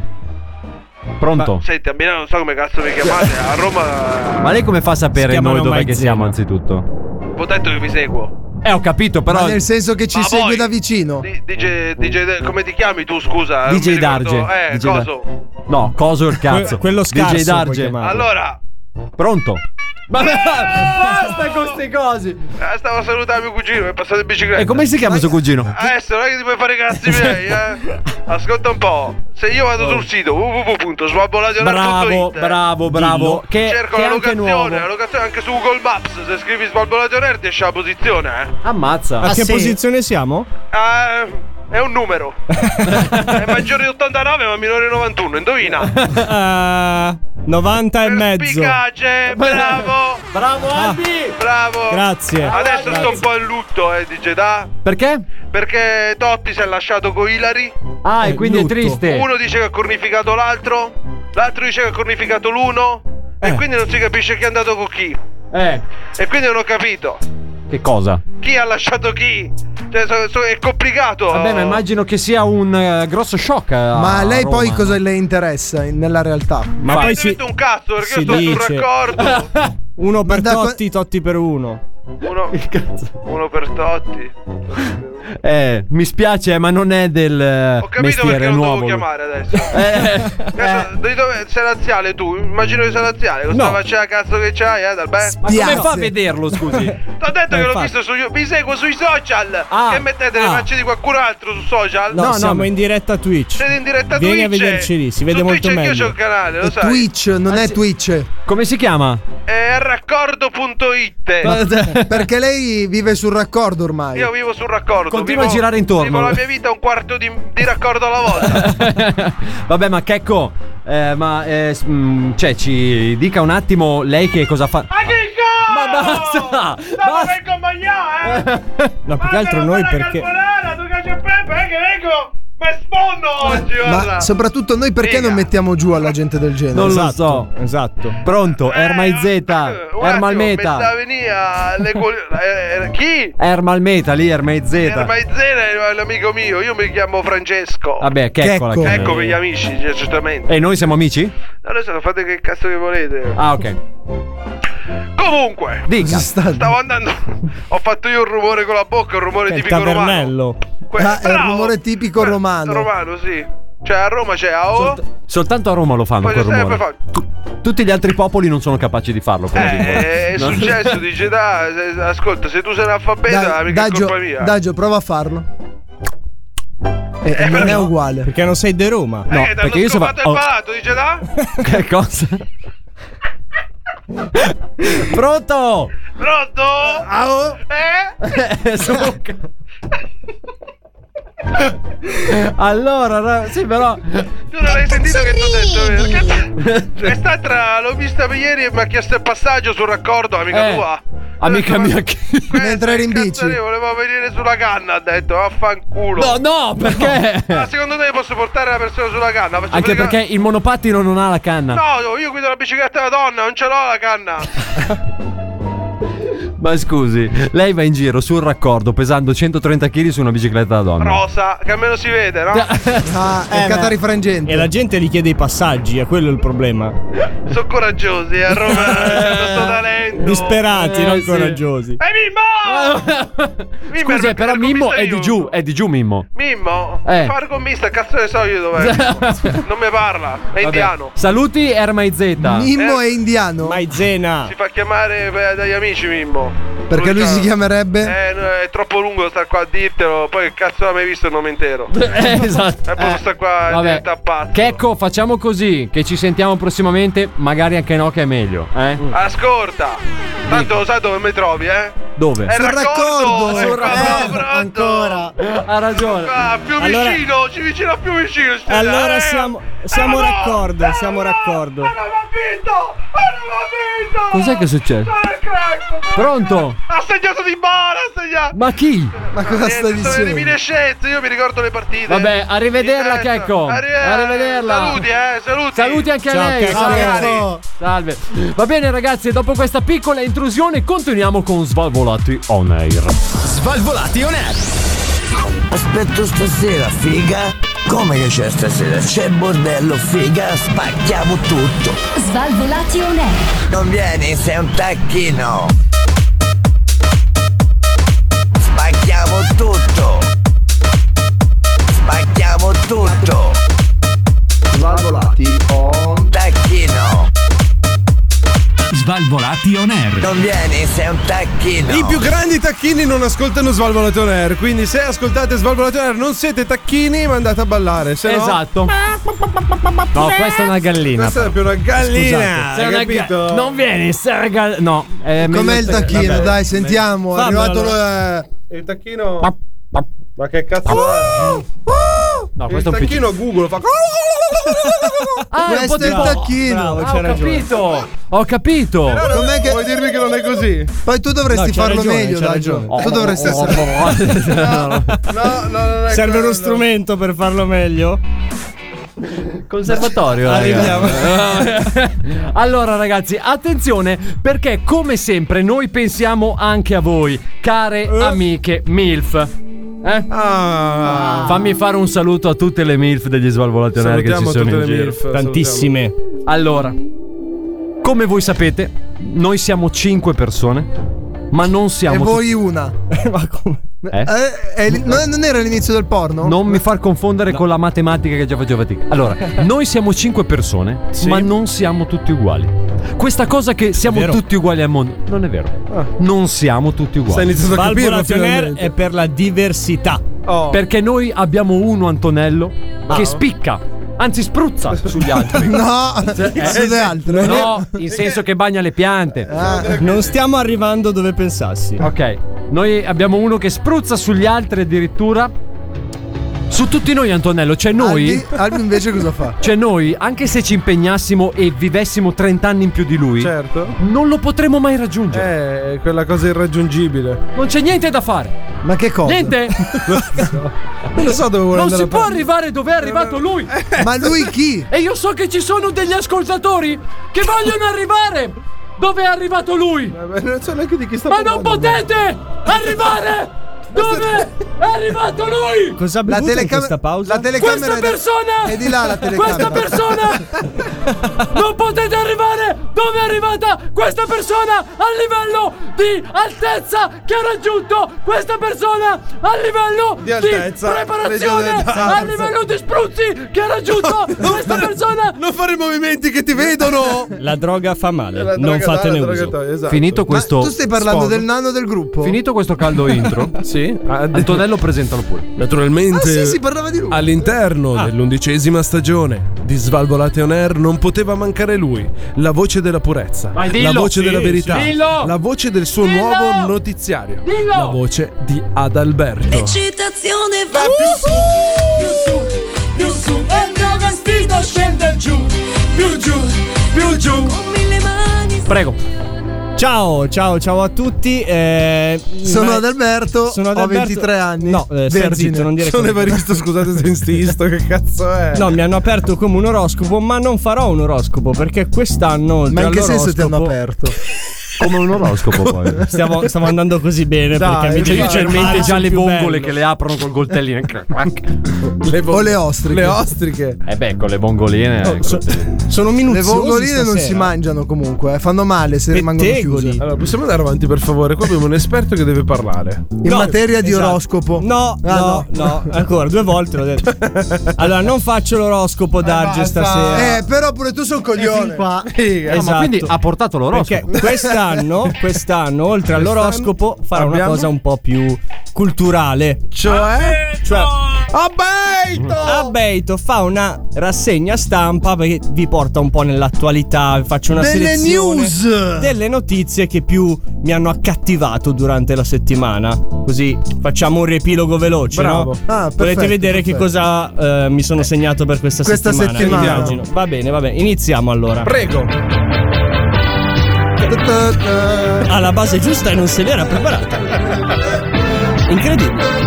Pronto? Senti, a Milano non so come cazzo vi chiamate, a Roma Ma lei come fa a sapere Si chiamano noi dov'è che Maizena. siamo anzitutto? ho detto che vi seguo. Eh, ho capito, però. Ma nel senso che ci Ma segue voi- da vicino? Di- D J, D J, come ti chiami tu, scusa? Non D J mi ricordo. Darge. Eh, D J Dar- coso? No, coso il cazzo. Que- quello scarso D J puoi Darge. chiamarlo. Allora, Pronto? Ma basta con queste cose. eh, stavo a salutare mio cugino, è passato in bicicletta. E come si chiama suo cugino? Adesso non è che ti puoi fare i cazzi miei, eh. Ascolta un po'. Se io vado sul sito w w w punto svalvolationair punto Bravo, it, bravo, bravo. Che, cerco che la è anche locazione, nuovo. la locazione anche su Google Maps. Se scrivi Svalvolationair ti esce la posizione, eh. Ammazza. A Ah, che sì? posizione siamo? Eh, è un numero. È maggiore di ottantanove ma minore di novantuno, indovina. Eh, novanta e mezzo. Efficace, bravo. Bravo Albi. Bravo. Grazie. Adesso Grazie. sto un po' in lutto, eh, D J Da. Perché? Perché Totti si è lasciato con Ilari. Ah, e Eh, quindi lutto. è triste. Uno dice che ha cornificato l'altro, l'altro dice che ha cornificato l'uno. E Eh. quindi non si capisce chi è andato con chi. Eh, E quindi non ho capito che cosa? chi ha lasciato chi. Cioè, so- so- è complicato. Vabbè, ma immagino che sia un eh, grosso shock. a Ma a lei poi Roma. cosa le interessa in- nella realtà? Ma Ma poi non si, detto un cazzo perché si io sto sul dice. raccordo. uno per da qua- Totti, Totti per uno. Uno, uno per Totti. Eh, mi spiace, ma non è del eh, Ho capito mestiere perché non nuovo. devo chiamare adesso. Eh, Cazzo, di dove- sei laziale tu? Immagino che sei laziale. Con No. sta faccia cazzo che c'hai, eh, dal beh. ma come Piazze. fa a vederlo, scusi? T'ho detto che l'ho infatti. visto su Vi seguo sui social. Ah. Che mettete le Ah. facce di qualcun altro su social? No, No, no, siamo ma- in diretta Twitch. Siete in diretta Vieni a Twitch. vederci lì, si vede Su molto Twitch anch'io meglio. c'ho un canale, lo È sai. Twitch, non è Twitch. Come si chiama? È raccordo punto it. Perché lei vive sul raccordo ormai. Io vivo sul raccordo. Continua vivo- a girare intorno. Vivo la mia vita un quarto di, di raccordo alla volta. Vabbè, ma Checco, eh, ma eh, s- mm, cioè, ci dica un attimo lei che cosa fa. Ma che cazzo! Ma basta! Dove Basta! vengo a mangiare, eh? No, più che altro noi perché. Carbonara, tu cacio e pepe, eh, che vengo. Ma sfondo oggi, guarda. Ma soprattutto noi perché Figa. non mettiamo giù alla gente del genere? Non lo Esatto, so. Esatto. Pronto, Ermal Z, Ermal Mi Meta. sta a venire le col- eh, eh, chi? Ermal Meta, lì Ermal Z. Ermal Zena è l'amico mio, io mi chiamo Francesco. Vabbè, Checco la Checco. chiama. Ecco per gli amici, cioè, certamente. E noi siamo amici? Adesso fate che cazzo che volete. Ah, ok. Comunque, Dica. stavo andando. Ho fatto io un rumore con la bocca, un rumore È il tipico romano. tavernello. Que- Ah, è un bravo. rumore tipico Eh, romano. Romano, sì. Cioè a Roma c'è A O. Solt- soltanto a Roma lo fanno Poi quel c'è sempre rumore. fa- Tu- tutti gli altri popoli non sono capaci di farlo. quello dicono. Eh, è No? successo, dice da, se- ascolta, se tu sei analfabeta, Dai, mica è Daggio, colpa mia. Daggio, prova a farlo. Eh, Eh, non però- è uguale. Perché non sei di Roma. No, eh, perché io se va- scopato oh. il palato, dice da? Che cosa? Pronto? Pronto? Ah, Eh? Eh, Succa. Allora, ra- sì, però. Tu non hai sentito che ti ho detto, vero? Cazzo- È stata, l'ho vista per ieri e mi ha chiesto il passaggio sul raccordo, amica Eh, tua. amica mia che. Mentre eri in Cazzo, bici. io volevo venire sulla canna, ha detto, vaffanculo. No, no, perché? Ma secondo te posso portare la persona sulla canna? Faccio Anche pratica- perché il monopattino non ha la canna. No, io guido la bicicletta da donna, non ce l'ho la canna. Ma scusi, lei va in giro sul raccordo pesando centotrenta chili su una bicicletta da donna. Rosa, che almeno si vede, no? Ah, è Eh, il ma- catarifrangente. E la gente gli chiede i passaggi, è quello il problema. Sono coraggiosi, a Roma c'è questo talento. Disperati, Eh, non sì. coraggiosi. Ehi Mimmo! Mimmo Scusi, è però il Mimmo commista è di giù, è di giù Mimmo. Mimmo? Eh. Fare commista, cazzo ne so io dov'è. Non mi parla, è Vabbè. indiano. Saluti Ermai Z. Mimmo Eh? è indiano. Maizena. Si fa chiamare eh, dagli amici Mimmo. Perché lui c'ha- si chiamerebbe? Eh, no, è troppo lungo star qua a dirtelo. Poi che cazzo l'ha mai visto il nome intero? Eh, esatto. E poi sta qua e Vabbè. diventa pazzo. Checco, facciamo così, che ci sentiamo prossimamente, magari anche no, che è meglio, eh? Ascolta, tanto sai dove mi trovi, eh? Dove? È il Sul raccordo, è sul qua, raccordo, pronto. ancora. Ha ragione. Ah, più Allora- vicino, ci vicino più vicino. stai Allora là, eh. siamo, siamo Eh, no, raccordo, eh, siamo no, raccordo. eh, non ho vinto! Eh, non ho vinto! Cos'è che succede? Eh, crack! Pronto? Ha segnato di male, ha segnato! Ma chi? Ma cosa Niente, stai sono le dicendo? reminiscenze, io mi ricordo le partite. Vabbè, arrivederla, In testa. Checco. Arri- Arrivederla. Saluti, eh, saluti. Saluti anche a Ciao, lei. Checco. Salve. Salve. Va bene, ragazzi, dopo questa piccola intrusione continuiamo con Svalvolati on air. Svalvolati on air. Aspetto stasera, figa. Come che c'è stasera? C'è bordello, figa, spacchiamo tutto. Svalvolati on air. Non vieni, sei un tacchino. Spacchiamo tutto. Spacchiamo tutto. Svalvolati on Tacchino. Svalvolati on air. Non vieni, sei un tacchino. I più grandi tacchini non ascoltano Svalvolati on air. Quindi se ascoltate Svalvolati on air non siete tacchini, ma andate a ballare. Se no- Esatto. No, questa è una gallina. Questa è più una gallina. Scusate, sei hai una capito? ga- non vieni, sei una gall- No, è meglio- Com'è il tacchino? Vabbè. Dai, sentiamo. È Fammelo, arrivato allora. lo- Il tacchino. Ma che cazzo è? No, Il questo è un tacchino a Google fa. Ah, è un po' Questo è il tipo- tacchino. Bravo, Ah, c'è ho ragione. capito. Ho capito. Com'è che- Vuoi dirmi che non è così? Poi tu dovresti No, c'ha farlo ragione, meglio, c'ha Daggio. ragione. Tu dovresti Oh, essere. oh, oh. No, no. No, no, non è Serve quello. uno strumento per farlo meglio? Conservatorio. Arriviamo. ragazzi. Allora ragazzi, attenzione, perché come sempre noi pensiamo anche a voi, care amiche MILF. Eh? Ah. Fammi fare un saluto a tutte le MILF degli Svalvolati on air che ci Salutiamo sono tutte in le giro. MILF. Tantissime. Allora, come voi sapete, noi siamo cinque persone, ma non E siamo voi una. Ma come? Eh? Eh, è li- non non era l'inizio del porno? Non mi far confondere con la matematica che già facevo fatica. Allora, noi siamo cinque persone, Sì. ma non siamo tutti uguali. Questa cosa che siamo Vero. tutti uguali al mondo non è vero. Non siamo tutti Stai uguali. iniziando a capirlo Svalvolati on air finalmente. è per la diversità. Oh. Perché noi abbiamo uno Antonello che spicca, anzi spruzza sugli altri. No, Eh, sulle altre. No, in senso che bagna le piante. Ah, Non stiamo arrivando dove pensassi. Ok, noi abbiamo uno che spruzza sugli altri addirittura. Su tutti noi, Antonello, c'è noi. Albi, Albi invece cosa fa? C'è noi, anche se ci impegnassimo e vivessimo trenta anni in più di lui, certo, non lo potremo mai raggiungere. È quella cosa irraggiungibile. Non c'è niente da fare. Ma che cosa? Niente. Non lo so dove vuole Non andare si a può par- arrivare dove è arrivato lui. Ma lui chi? E io so che ci sono degli ascoltatori che vogliono arrivare dove è arrivato lui. Vabbè, non so neanche di chi sta Ma parlando. non potete arrivare dove è arrivato lui. Cosa ha La bevuto in telecam- questa pausa? La telecamera Questa è da- persona è di là la telecamera. Questa persona non potete arrivare dove è arrivata questa persona a livello di altezza che ha raggiunto questa persona a livello Di altezza. di preparazione, Legge a livello di spruzzi che ha raggiunto questa persona. Non fare movimenti che ti vedono. La droga fa male, La non droga- fatene la uso. droga- esatto. Finito Ma questo tu stai parlando sfogo, del nano del gruppo? finito questo caldo intro, Sì. Antonello, presentalo pure. Naturalmente. Ah sì, si parlava di lui. All'interno Ah. dell'undicesima stagione di Svalvolate on Air non poteva mancare lui, la voce della purezza, Vai, dillo. la voce Sì, della verità, sì. Dillo. la voce del suo Dillo. nuovo notiziario, Dillo. la voce di Adalberto. L'eccitazione va più su, più su, più su, e il mio vestito scende giù, più giù, più giù, con mille mani. Prego. Ciao, ciao, ciao a tutti. eh, Sono beh, Adalberto, sono ho Adalberto. ventitré anni. No, eh, stai Vergine. zitto, non dire Sono cose. Evaristo, scusate se insisto, che cazzo è? No, mi hanno aperto come un oroscopo, ma non farò un oroscopo perché quest'anno oltre Ma in che senso ti hanno all'oroscopo- aperto? Come un oroscopo poi. Stiamo, stiamo andando così bene Dai, perché mi cioè, devi io c'ho in fermare mente già sul le più vongole bello. che le aprono col coltellino. Le vo- O le ostriche. Le ostriche. Eh beh, con le vongoline. Oh, so- sono Le minuziosi vongoline non stasera. si mangiano comunque, eh, fanno male se rimangono Pettegoli. chiuse. Allora, possiamo andare avanti per favore? Qua abbiamo un esperto che deve parlare. In No, materia di esatto. oroscopo. No, Ah, no, no, ancora due volte l'ho detto. Allora, non faccio l'oroscopo d'Arge basta. stasera. Eh, però pure tu sei un coglione. Qua. Figa. No, ma quindi ha portato l'oroscopo. Perché quest'anno, quest'anno, oltre all'oroscopo, farà una abbiamo- cosa un po' più culturale. Cioè? Cioè, Abeito! Abeito fa una rassegna stampa perché vi porta un po' nell'attualità, vi faccio una Delle selezione news. delle notizie che più mi hanno accattivato durante la settimana. Così facciamo un riepilogo veloce, Bravo. no? Ah, Volete perfetto, vedere che perfetto. cosa eh, mi sono segnato per questa, Questa settimana? settimana. Immagino. Va bene, va bene. Iniziamo allora. Prego. Ha la base giusta e non se l'era preparata. Incredibile.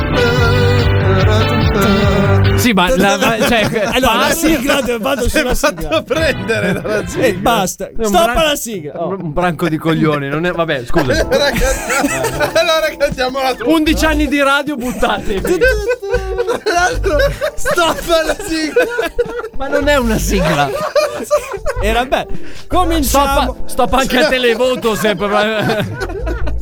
Sì, ma la, ma- cioè, Allora, la parli- sigla, vado sulla sigla. Fatto prendere dalla sigla. E basta. un Stoppa bran- la sigla. Oh. Un branco di coglioni. Non è, vabbè, scusa. Allora cantiamola tu. undici anni di radio buttati. Tra l'altro, stoppa la sigla. Ma non è una sigla. Era bello. Cominciamo. Stop, stop anche a televoto sempre.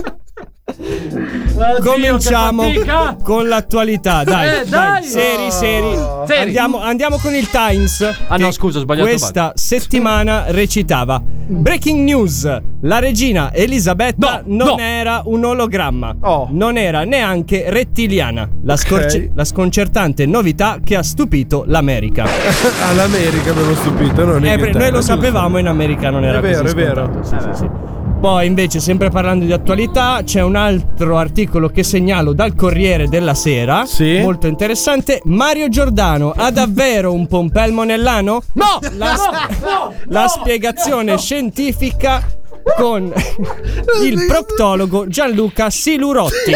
Cominciamo Oddio, che fatica. con l'attualità. Dai, Eh, dai. dai. Seri, seri. Seri. Andiamo, andiamo con il Times. Ah, no, che scusa, ho sbagliato Questa settimana recitava: Breaking news. La regina Elisabetta No, non no. era un ologramma. Oh. Non era neanche rettiliana. La, scorci- Ok. la sconcertante novità che ha stupito l'America. All'America abbiamo stupito, non in Eh, Inghilterra, noi lo giusto? sapevamo, in America non era È vero, così è vero. scontato. Sì, sì, sì. Poi invece, sempre parlando di attualità, c'è un altro articolo che segnalo dal Corriere della Sera. Sì. Molto interessante. Mario Giordano ha davvero un pompelmo nell'ano? No! La, no! la spiegazione scientifica con il proctologo Gianluca Silurotti.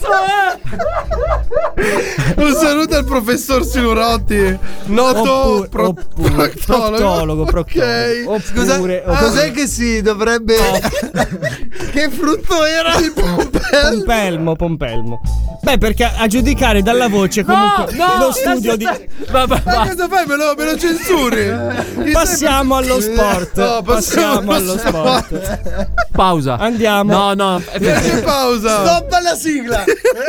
Un saluto al professor Silurotti, noto Oppure, pro- oppure proctologo. proctologo, proctologo. Ok. Scusa, Oppure, cos'è che si dovrebbe. Che frutto era il pompelmo? Pompelmo, pompelmo. Beh, perché a giudicare dalla voce comunque no, lo studio di... Ma, ma, Ma ma- cosa fai? Me lo, me lo censuri? Chi Passiamo sei- allo sport. No, Passiamo allo passiamo- sport. pausa. Andiamo. No, no. eh, Che pausa? Stoppa la sigla.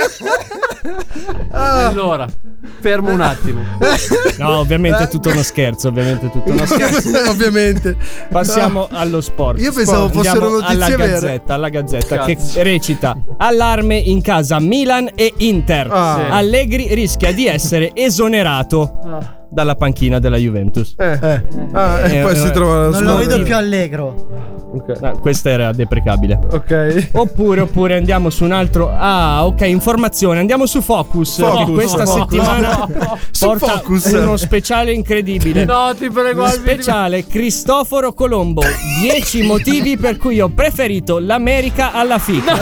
Allora, fermo un attimo. No, ovviamente è tutto uno scherzo, ovviamente è tutto uno scherzo. Ovviamente. Passiamo allo sport. Io pensavo Sport. fossero Andiamo notizie alla vere. Gazzetta, alla Gazzetta Cazzo. che recita: allarme in casa Milan e Inter. Ah. Sì. Allegri rischia di essere esonerato dalla panchina della Juventus. Eh. Ah, e Eh, poi eh, si trova la Non lo squadra. vedo più allegro. Ok. Ah, questa era deprecabile. Ok. Oppure, oppure andiamo su un altro. Ah, ok, informazione. Andiamo su Focus. Focus. Che questa No, settimana no, no. porta Su Focus. uno speciale incredibile. No, ti prego, Albi. Speciale Cristoforo Colombo. dieci motivi per cui ho preferito l'America alla fica.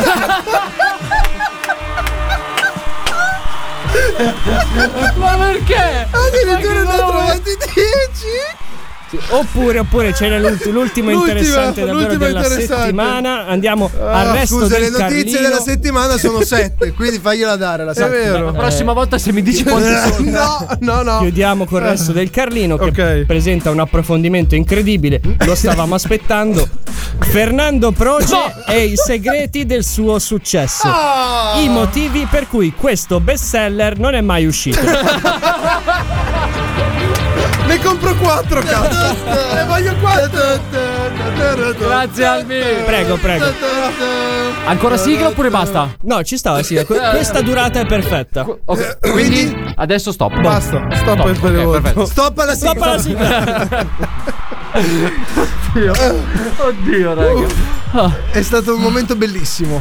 Ma perché? Addirittura ne ho trovati dieci. Sì, Oppure, oppure c'era l'ultimo, l'ultimo L'ultima, interessante davvero l'ultima della interessante. settimana. Andiamo Ah, al resto scusa, del le notizie Carlino. della settimana sono sette, quindi fagliela dare la settimana. La prossima volta se mi dici quanti sono. No, no, no. Chiudiamo col resto del Carlino che Ok. presenta un approfondimento incredibile. Lo stavamo aspettando. Fernando Proce e i segreti del suo successo. Ah! I motivi per cui questo bestseller non è mai uscito. Ne compro quattro, cazzo. Ne voglio quattro. Grazie Albi. Prego, prego. Ancora sigla oppure basta? No, ci stava, sì. Que- Questa durata è perfetta. Ok, quindi adesso stop. Basta. Stop per ok, le volte. perfetto. Stop alla sigla. Stop alla sigla. Oddio, oddio raga. È stato un momento bellissimo.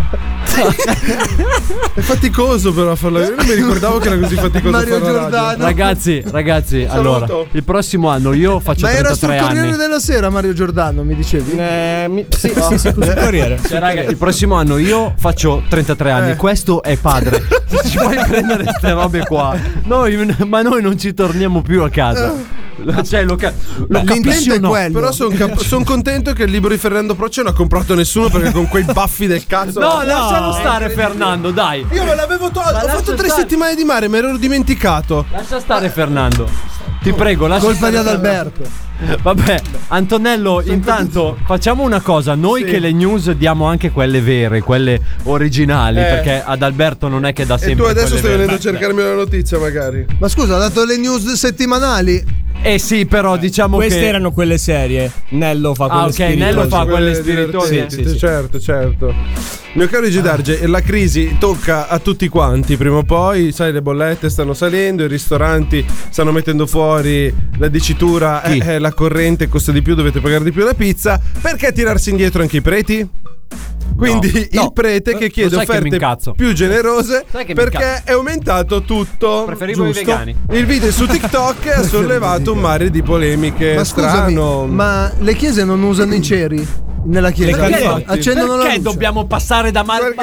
È faticoso però farlo. Io non mi ricordavo che era così faticoso Mario farlo Giordano. Ragazzi, ragazzi, allora, il prossimo anno io faccio Ma era sul trentatré Corriere anni. della Sera Mario Giordano, mi dicevi? Eh, mi- sì, sì, sì, sul Corriere. Cioè, raga, il prossimo anno io faccio trentatré anni. Eh. Questo è padre. Ci puoi prendere queste robe qua. Noi, ma noi non ci torniamo più a casa. Cioè, lo, ca- lo L'intento capisci o è no? quello. Però sono son contento che il libro di Fernando Proce non ha comprato nessuno perché con quei baffi del cazzo. No, lascialo stare, Fernando, dai. Io me l'avevo tolto. Ho lascia fatto tre stare. settimane di mare, me l'ero dimenticato. Lascia stare, Fernando. Ti prego, lascia Colpa di stare Adalberto. Vabbè, Antonello, intanto facciamo una cosa. Noi Sì. che le news diamo anche quelle vere, quelle originali. Eh. Perché Adalberto non è che dà E sempre tu adesso quelle stai vere. venendo a cercarmi una notizia, magari. Ma scusa, ha dato le news settimanali. Eh sì, però diciamo Queste che erano quelle serie. Nello fa quelle Ah, ok, spiritose. Nello fa quelle Quelle spiritose. divertenti, Sì, sì, sì. Certo, certo. Mio caro Gidarge, la crisi tocca a tutti quanti. Prima o poi, sai, le bollette stanno salendo, i ristoranti stanno mettendo fuori la dicitura: eh, eh, la corrente costa di più, dovete pagare di più la pizza. Perché tirarsi indietro anche i preti? Quindi No, il no. prete che Lo chiede sai che mi offerte incazzo. più generose Sai che mi perché incazzo. è aumentato tutto. Preferivo i Giusto? vegani. Il video su TikTok ha sollevato un mare di polemiche. Ma scusami, strano. ma le chiese non usano i ceri? Nella chiesa Le Perché candele. accendono la Perché luce? dobbiamo passare da Mar-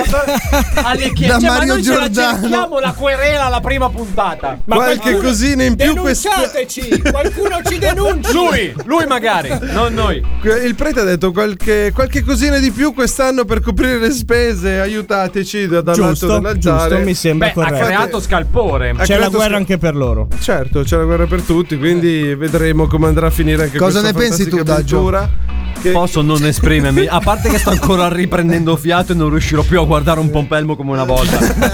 alle chiese? Da Cioè, Mario ma noi ce la Giordano. cerchiamo la querela alla prima puntata. Ma Qualche qualcuno- cosina in più questa. Denunciateci! Qualcuno ci denuncia! Lui, lui magari, non noi. Il prete ha detto qualche, qualche cosina di più quest'anno per coprire le spese, aiutateci da- dall'alto Giusto, dell'altare. giusto, mi sembra Beh, ha corretto. creato scalpore. Ha C'è la creato guerra sc- anche per loro. Certo, c'è la guerra per tutti, quindi vedremo come andrà a finire anche Cosa questa ne pensi tu, fantastica Daggio? avventura. Che- Posso non esprimermi, a parte che sto ancora riprendendo fiato e non riuscirò più a guardare un pompelmo come una volta.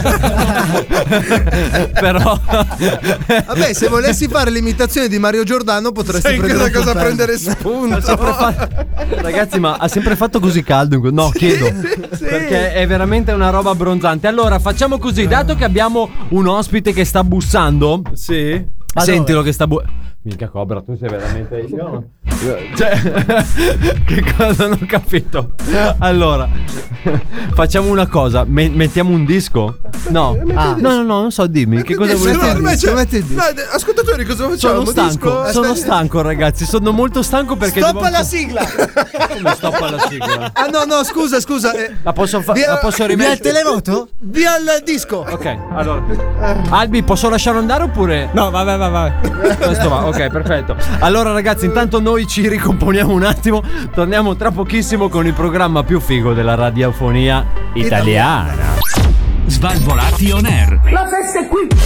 Però Vabbè, se volessi fare l'imitazione di Mario Giordano potresti Sai prendere da un cosa coltello. prendere spunto. ha sempre fa- ragazzi, ma ha sempre fatto così caldo in que- no, chiedo. Perché è veramente una roba abbronzante. Allora, facciamo così, dato che abbiamo un ospite che sta bussando, Sì. sentilo che sta bu- Minchia Cobra, tu sei veramente io. Cioè, che cosa non ho capito. Allora, facciamo una cosa, me- mettiamo un disco? No. Ah, no, no, no, non so, dimmi, che cosa vuoi Metti il fare? disco, Metti il disco. No, de- ascoltatori, cosa facciamo? Sono stanco, Disco? sono Aspetta. stanco ragazzi, sono molto stanco perché Stoppa devo... la sigla! Come stoppa la sigla? Ah no, no, scusa, scusa. eh, La posso, fa- Via- la posso Via il rimettere? televoto? Via il disco! Ok, allora Albi, posso lasciarlo andare oppure? No, vabbè, vabbè. Questo va, ok, perfetto. Allora ragazzi, intanto noi ci ricomponiamo un attimo. Torniamo tra pochissimo con il programma più figo della radiofonia italiana. Svalvolati on air. La festa è qui!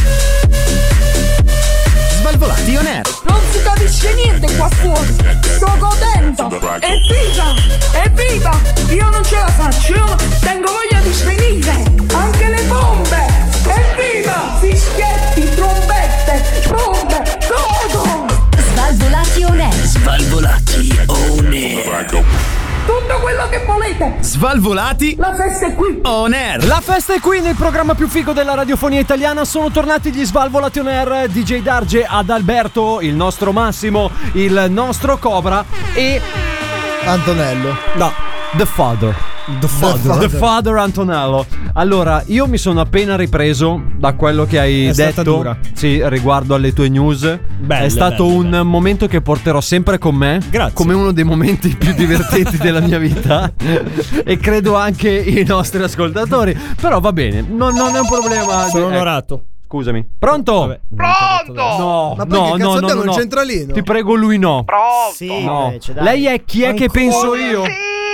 Svalvolati on air. Non si capisce niente qua fuori! Sto godendo! Evviva! Evviva! Io non ce la faccio! Io tengo voglia di svenire! Anche le bombe! Evviva! Fischietti, trombette, bombe! Godo! Svalvolati on air. Svalvolati on air. Tutto quello che volete! Svalvolati La festa è qui! on air. La festa è qui nel programma più figo della radiofonia italiana. Sono tornati gli Svalvolati on air, D J Darge, Adalberto, il nostro Massimo, il nostro Cobra e Antonello. No, The Father. The Father. The Father Antonello. Allora, io mi sono appena ripreso da quello che hai È detto. stata dura. Sì, riguardo alle tue news. Belle, È stato belle, un belle. momento che porterò sempre con me. Grazie. Come uno dei momenti più divertenti della mia vita. E credo anche i nostri ascoltatori. Però va bene, non, non è un problema. Sono Eh, onorato. Scusami. Pronto? Vabbè. Pronto! No, Ma poi no, che cazzo no, no, abbiamo no, il no. centralino? Ti prego, lui no. Pronto! Sì, No. invece, dai. Lei è chi è che Ancora penso io?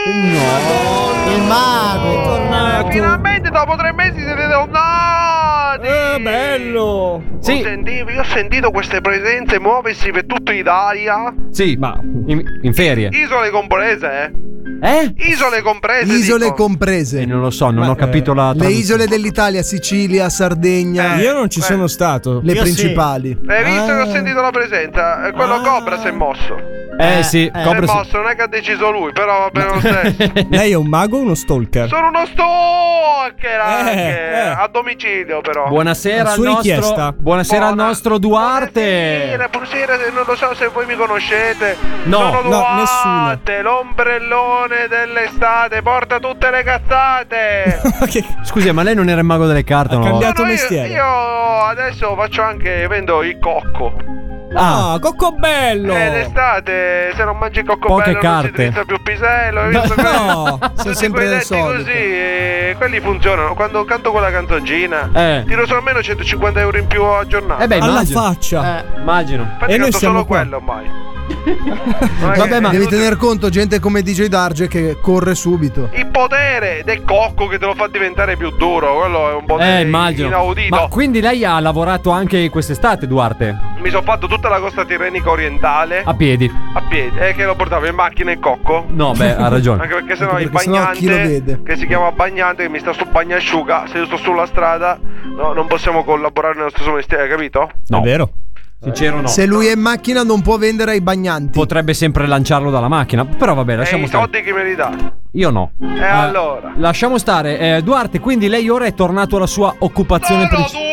No. Il mago. Finalmente dopo tre mesi siete tornati! Eh, bello! Sì. Ho sentito, io ho sentito queste presenze muoversi per tutta Italia. Sì, ma in, in ferie. Isole comprese, eh? Eh? Isole comprese. Isole dico. comprese. Eh, non lo so, non Ma, ho capito eh, la Le traduzione. isole dell'Italia, Sicilia, Sardegna, Eh, Io non ci eh. sono stato. le Io principali. Hai visto che Ah. ho sentito la presenza? Eh, Quello Ah. Cobra si è mosso. Eh sì, Eh, Si Cobra è si- mosso, non è che ha deciso lui, però va bene lo stesso. Lei è un mago o uno stalker? Sono uno stalker anche, eh. a domicilio però. Buonasera A al sua nostro richiesta. Buonasera al Buona- nostro Duarte. Buonasera, buonasera, non lo so se voi mi conoscete. No, Sono no, Duarte, l'ombrellone dell'estate, porta tutte le cazzate. Che- Scusi, ma lei non era il mago delle carte, Ha no? cambiato- No, io, mestiere. io adesso faccio anche, vendo il cocco. Ah, cocco bello! Eh, d'estate, se non mangi il cocco Poche bello non si carte. drizza più pisello. Io so No, tutti sono sempre quei le detti solite. così, eh, quelli funzionano. Quando canto quella canzoncina, Eh. tiro su almeno centocinquanta euro in più a giornata. Eh beh, alla immagino. faccia. Eh, immagino. Infatti e noi canto siamo solo qua. quello ormai. Non è Vabbè, che- ma- Devi tener conto, gente come D J Darge che corre subito. il potere del cocco che te lo fa diventare più duro, quello è un potere Eh, immagino. inaudito. Ma quindi lei ha lavorato anche quest'estate, Duarte? Mi sono fatto tutta la costa tirrenica orientale A piedi? a piedi, e che lo portavo in macchina il cocco. No, beh, ha ragione. Anche perché sennò Anche il perché sennò chi lo bagnante, vede? che si chiama bagnante, che mi sta sul bagnasciuga, se io sto sulla strada, no, non possiamo collaborare nello stesso mestiere, capito? No. È vero? Sincero no. Se lui è in macchina non può vendere ai bagnanti. Potrebbe sempre lanciarlo dalla macchina. Però vabbè, E lasciamo i stare. soldi che mi ridà. Io no. E allora? Lasciamo stare. Eh, Duarte, quindi lei ora è tornato alla sua occupazione Sono principale.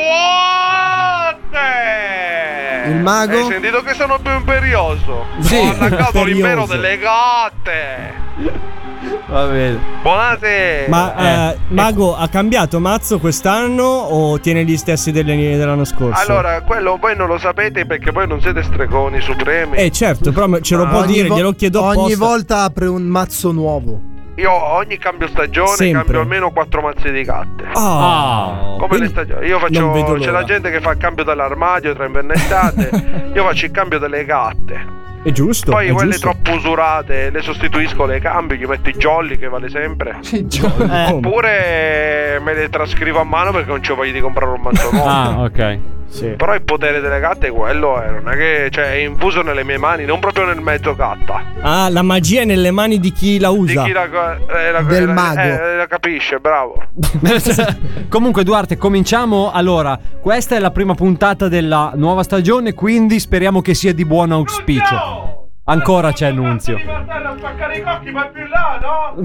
Duarte! Il mago? Hai sentito che sono più imperioso? Sì. Ho attaccato l'impero Imperioso. delle gatte. Va bene. Buonasera. Ma Eh, eh, Mago ha cambiato mazzo quest'anno o tiene gli stessi delle- dell'anno scorso? Allora, quello voi non lo sapete perché voi non siete stregoni supremi. Eh certo, però me- ce lo Ma può Ogni dire, vo- glielo chiedo Ogni apposta. volta apre un mazzo nuovo. Io ogni cambio stagione Sempre. cambio almeno quattro mazzi di gatte. Ah, Come quindi le stagioni. Io non vedo faccio. l'ora. C'è la gente che fa il cambio dell'armadio tra inverno e estate. Io faccio il cambio delle gatte. È giusto. Poi è quelle giusto. troppo usurate le sostituisco, le cambio, gli metto i jolly che vale sempre. Eh. Come? Oppure me le trascrivo a mano perché non c'ho voglia di comprare un mazzo nuovo. Ah, ok. Sì. Però il potere delle gatte è quello, eh, non è che, cioè, è infuso nelle mie mani, non proprio nel mezzo gatta. Ah, la magia è nelle mani di chi la Di usa. chi la, eh, la- Del eh, mago. eh, la capisce, bravo. Comunque, Duarte, cominciamo. Allora, questa è la prima puntata della nuova stagione, quindi speriamo che sia di buon auspicio. Ancora c'è Nunzio. Martello a spaccare i cocchi, ma più là, no?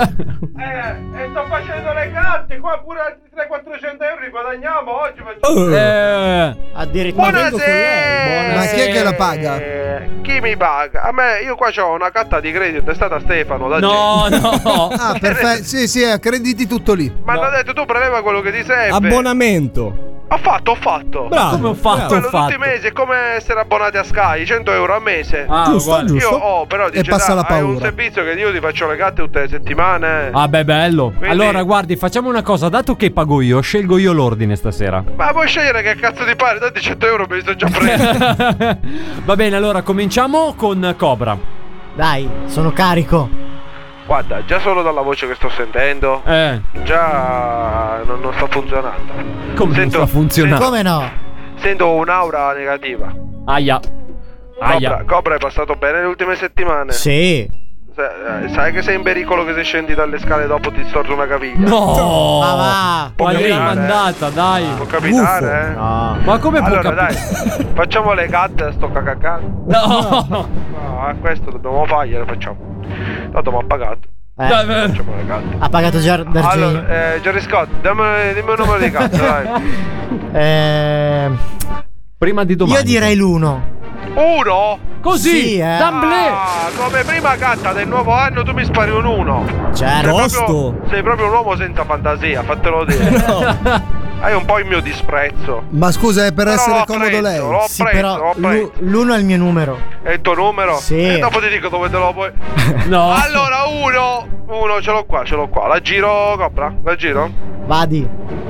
Eh, e sto facendo le gatte, qua pure altri trecento quattrocento euro li guadagniamo oggi. facciamo- Eh, Addirittura. Buonasera! Ma chi è che la paga? Eh, chi mi paga? A me, io qua ho una carta di credito, è stata Stefano da no, no. Ah, perfetto. Sì, sì, accrediti tutto lì. Ma hanno detto tu preleva quello che ti serve. Abbonamento. Ho fatto, ho fatto. Bravo. Come ho fatto? Quello Ho fatto. tutti i mesi è come essere abbonati a Sky, cento euro al mese. Ah, Giusto, uguale. giusto. Io ho, però dice, passa dai, la hai un paura. servizio che io ti faccio le gatte tutte le settimane. Ah, beh, bello. Quindi- Allora, guardi, facciamo una cosa. Dato che pago io, scelgo io l'ordine stasera. Ma puoi scegliere che cazzo ti pare, tanti cento euro me li sto già presi. Va bene, allora cominciamo con Cobra. Dai, sono carico. Guarda, già solo dalla voce che sto sentendo, Eh, già non, non sta funzionando. come Sento- non sta funzionando? Come no? Sento un'aura negativa. Aia. Cobra, Aia. Cobra è passato bene le ultime settimane. Sì. Sa- eh, Sai che sei in pericolo che se scendi dalle scale dopo ti storti una caviglia. No. Ma va. Può Qual è capitare, mandata, dai. Può capitare, Buffo. eh. No. Ma come può Allora capire? dai, facciamo le gatte a sto cacacà. No. No, a questo dobbiamo fargliele, facciamo. Tanto mi ha pagato. Eh, Dai, beh. Facciamo le gatte. ha pagato già Dargini. Allora, eh, Jerry Scott, dammi, dimmi un numero di cazzo, dai. Eh, Prima di domani. io direi l'uno. Uno? Così, Sì, eh. d'amblè. Ah, come prima carta del nuovo anno tu mi spari un uno. Certo. Sei proprio, sei proprio un uomo senza fantasia, fatelo dire. Hai un po' il mio disprezzo. Ma scusa, è per Però essere l'ho comodo preso, lei. L'ho Sì, preso, però l'ho preso. l'u- l'uno è il mio numero. È il tuo numero? Sì. E dopo ti dico dove te lo puoi. No. Allora, uno. Uno, ce l'ho qua, ce l'ho qua. La giro, Cobra? La giro? Vadi.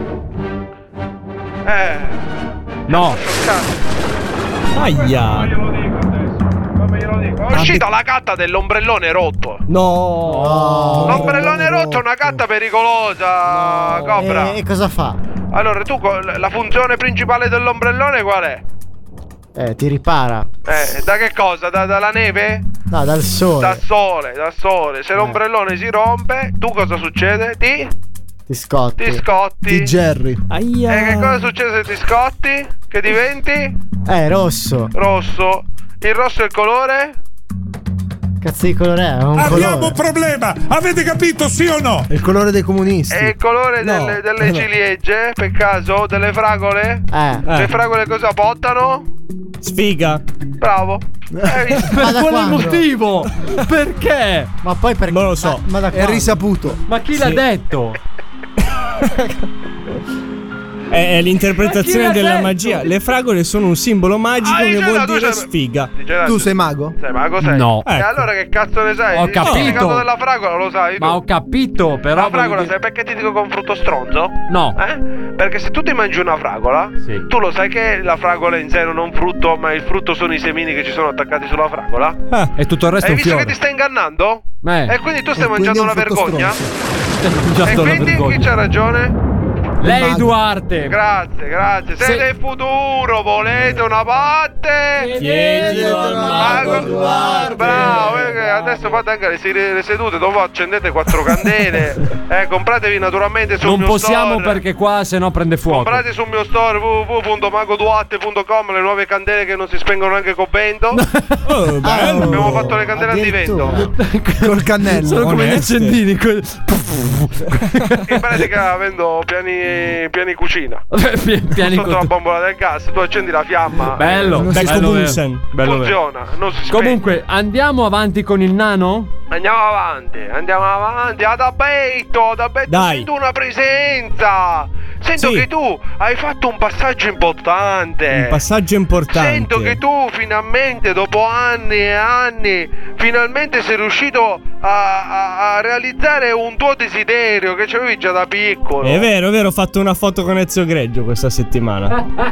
Eh. No. Aia. Glielo dico adesso. Come glielo dico? È uscita la carta dell'ombrellone rotto. No. L'ombrellone rotto è una carta pericolosa, Cobra. E, e cosa fa? Allora, tu co- la funzione principale dell'ombrellone qual è? Eh, ti ripara. Eh, da che cosa? Da- dalla neve? No, dal sole. Dal sole, dal sole. Se l'ombrellone si rompe, tu cosa succede? Ti? Ti scotti. Ti scotti. Di Jerry. Aia. E che cosa succede se ti scotti? Che diventi? Eh, rosso. Rosso. Il rosso è il colore? Cazzo di colore è? È un Abbiamo colore. un problema, avete capito sì o no? È il colore dei comunisti. È il colore No. delle, delle ciliegie, per caso? Delle fragole? Eh. Eh. Le fragole cosa portano? Sfiga. Bravo. Hai visto? Ma Per da quale quando? motivo? Perché? Ma poi perché? Non lo so. Ma, ma da È quando? risaputo. Ma chi l'ha Sì. detto? È, è l'interpretazione Ma chi l'ha della detto? magia. Le fragole sono un simbolo magico Ah, che dice vuol la- tu dire sei- sfiga. Dice la- Tu sei mago? Sei mago, sei? No. E Ecco. allora che cazzo ne sai? Ho Il capito. significato della fragola lo sai? Ma tu? ho capito, però. La voglio fragola dire- sai perché ti dico che è un frutto stronzo? No. Eh? Perché se tu ti mangi una fragola, Sì. tu lo sai che la fragola in sé non è un frutto, ma il frutto sono i semini che ci sono attaccati sulla fragola? Ah, E tutto il resto è Hai un visto che fiore. ti sta ingannando? Eh. E quindi tu stai E quindi mangiando è un una frutto vergogna? Stai mangiando E la quindi vergogna. chi c'ha ragione? Lei mago. Duarte. Grazie, grazie. Se- Siete il futuro, volete una parte? chiedilo al mago Duarte. Bravo, eh, che adesso fate anche le, sed- le sedute, dopo accendete quattro candele. Eh, compratevi naturalmente sul Non mio possiamo store. perché qua se no prende fuoco. Comprate sul mio store w w w punto mago duarte punto com le nuove candele che non si spengono neanche con vento. Oh, bello. Abbiamo fatto le candele antivento. Col cannello. Sono come gli Oneste. accendini. que- In pratica vendo piani, piani cucina. Pi- Piani Sotto la con... bombola del gas, tu accendi la fiamma. Bello. Bello bello Bunsen. vero. Bello vero. Funziona, non si spegne. Comunque, andiamo avanti con il nano? Andiamo avanti, andiamo avanti. Adabetto, Adabetto, Dai. sento una presenza. Sento Sì. che tu hai fatto un passaggio importante. Un passaggio importante. Sento che tu finalmente, dopo anni e anni, finalmente sei riuscito a, a- a realizzare un tuo desiderio che c'avevi già da piccolo. È vero, è vero, ho fatto una foto con Ezio Greggio questa settimana.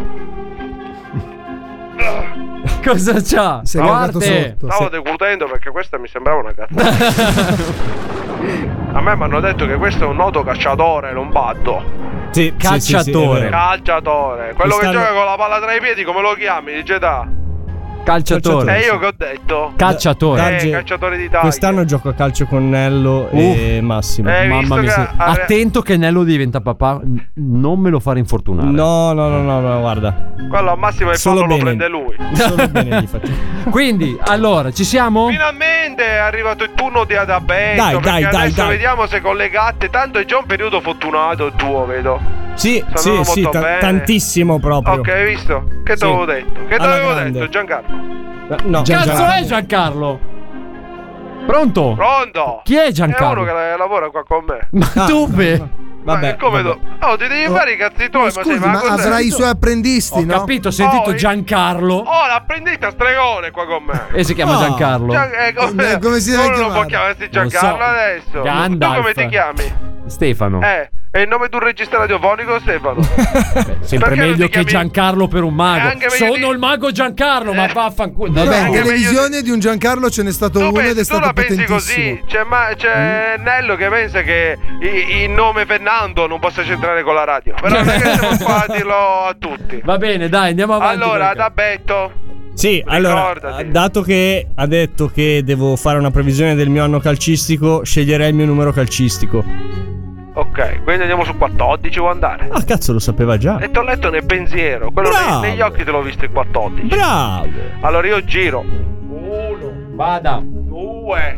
Cosa c'ha? Si è cagato Duarte. sotto. Stavo decurtendo perché questa mi sembrava una cazzata. A me mi hanno detto che questo è un noto cacciatore lombardo. Sì, sì, sì, sì, è Calciatore. vero. Calciatore. Quello che Quest'anno- gioca con la palla tra i piedi, come lo chiami? Dice da. Calciatore. E io che ho detto? Cacciatore. Darge, Eh, calciatore d'Italia. Quest'anno gioco a calcio con Nello e Massimo. Eh, Mamma visto mia, che sì. ha- Attento che Nello diventa papà. n- Non me lo fare infortunare. No, no, no, no, no, guarda. Quello al massimo il Solo fallo lo bene. prende lui. Solo bene gli faccio. Quindi, allora, ci siamo? Finalmente è arrivato il turno di Adabetto. Dai, perché dai, dai, adesso dai. vediamo se collegate. Tanto è già un periodo fortunato il tuo, vedo. Sì, Sta sì, andando sì, molto ta- bene. tantissimo proprio. Ok, hai visto? Che Sì. t'avevo detto? Che Alla t'avevo grande. detto, Giancarlo? No, Cazzo Giancarlo. è Giancarlo? Pronto? Pronto? Chi è È Giancarlo? uno che la- lavora qua con me. Ma Ah. dove? Vabbè, Ma come vabbè. do- Oh, ti devi fare i cazzi tuoi, ma Scusi, sei ma mago avrà te? i suoi apprendisti, Ho no? capito, ho sentito Oh, Giancarlo. Oh, l'apprendista stregone qua con me. E si chiama Oh. Giancarlo. Gian- eh, come, Eh, come si deve uno non può chiamare? chiamarsi Non Giancarlo so. adesso. Gandalf. Tu come ti chiami? Stefano. Eh, è il nome di un regista radiofonico, Stefano? Sempre perché non meglio ti che chiami- Giancarlo per un mago. È anche meglio Sono di- il mago Giancarlo, ma Eh. vaffanculo. Vabbè, Anche in meglio televisione di un Giancarlo ce n'è stato Tu, uno ed è pensi, tu stato la pensi potentissimo. così? C'è, ma, c'è Nello che pensa che i- il nome Fernando non possa c'entrare con la radio. Però non è che siamo qua a dirlo a tutti. Va bene, dai, andiamo avanti. Allora, perché- Adabetto. Sì, allora, Ricordati. dato che ha detto che devo fare una previsione del mio anno calcistico, sceglierei il mio numero calcistico. Ok, quindi andiamo su quattordici, vuoi andare? Ah, cazzo, lo sapeva già. E ti ho letto nel pensiero, quello Bravo. nei- negli occhi te l'ho visto il quattordici. Bravo. Allora io giro. Uno, Vada. due,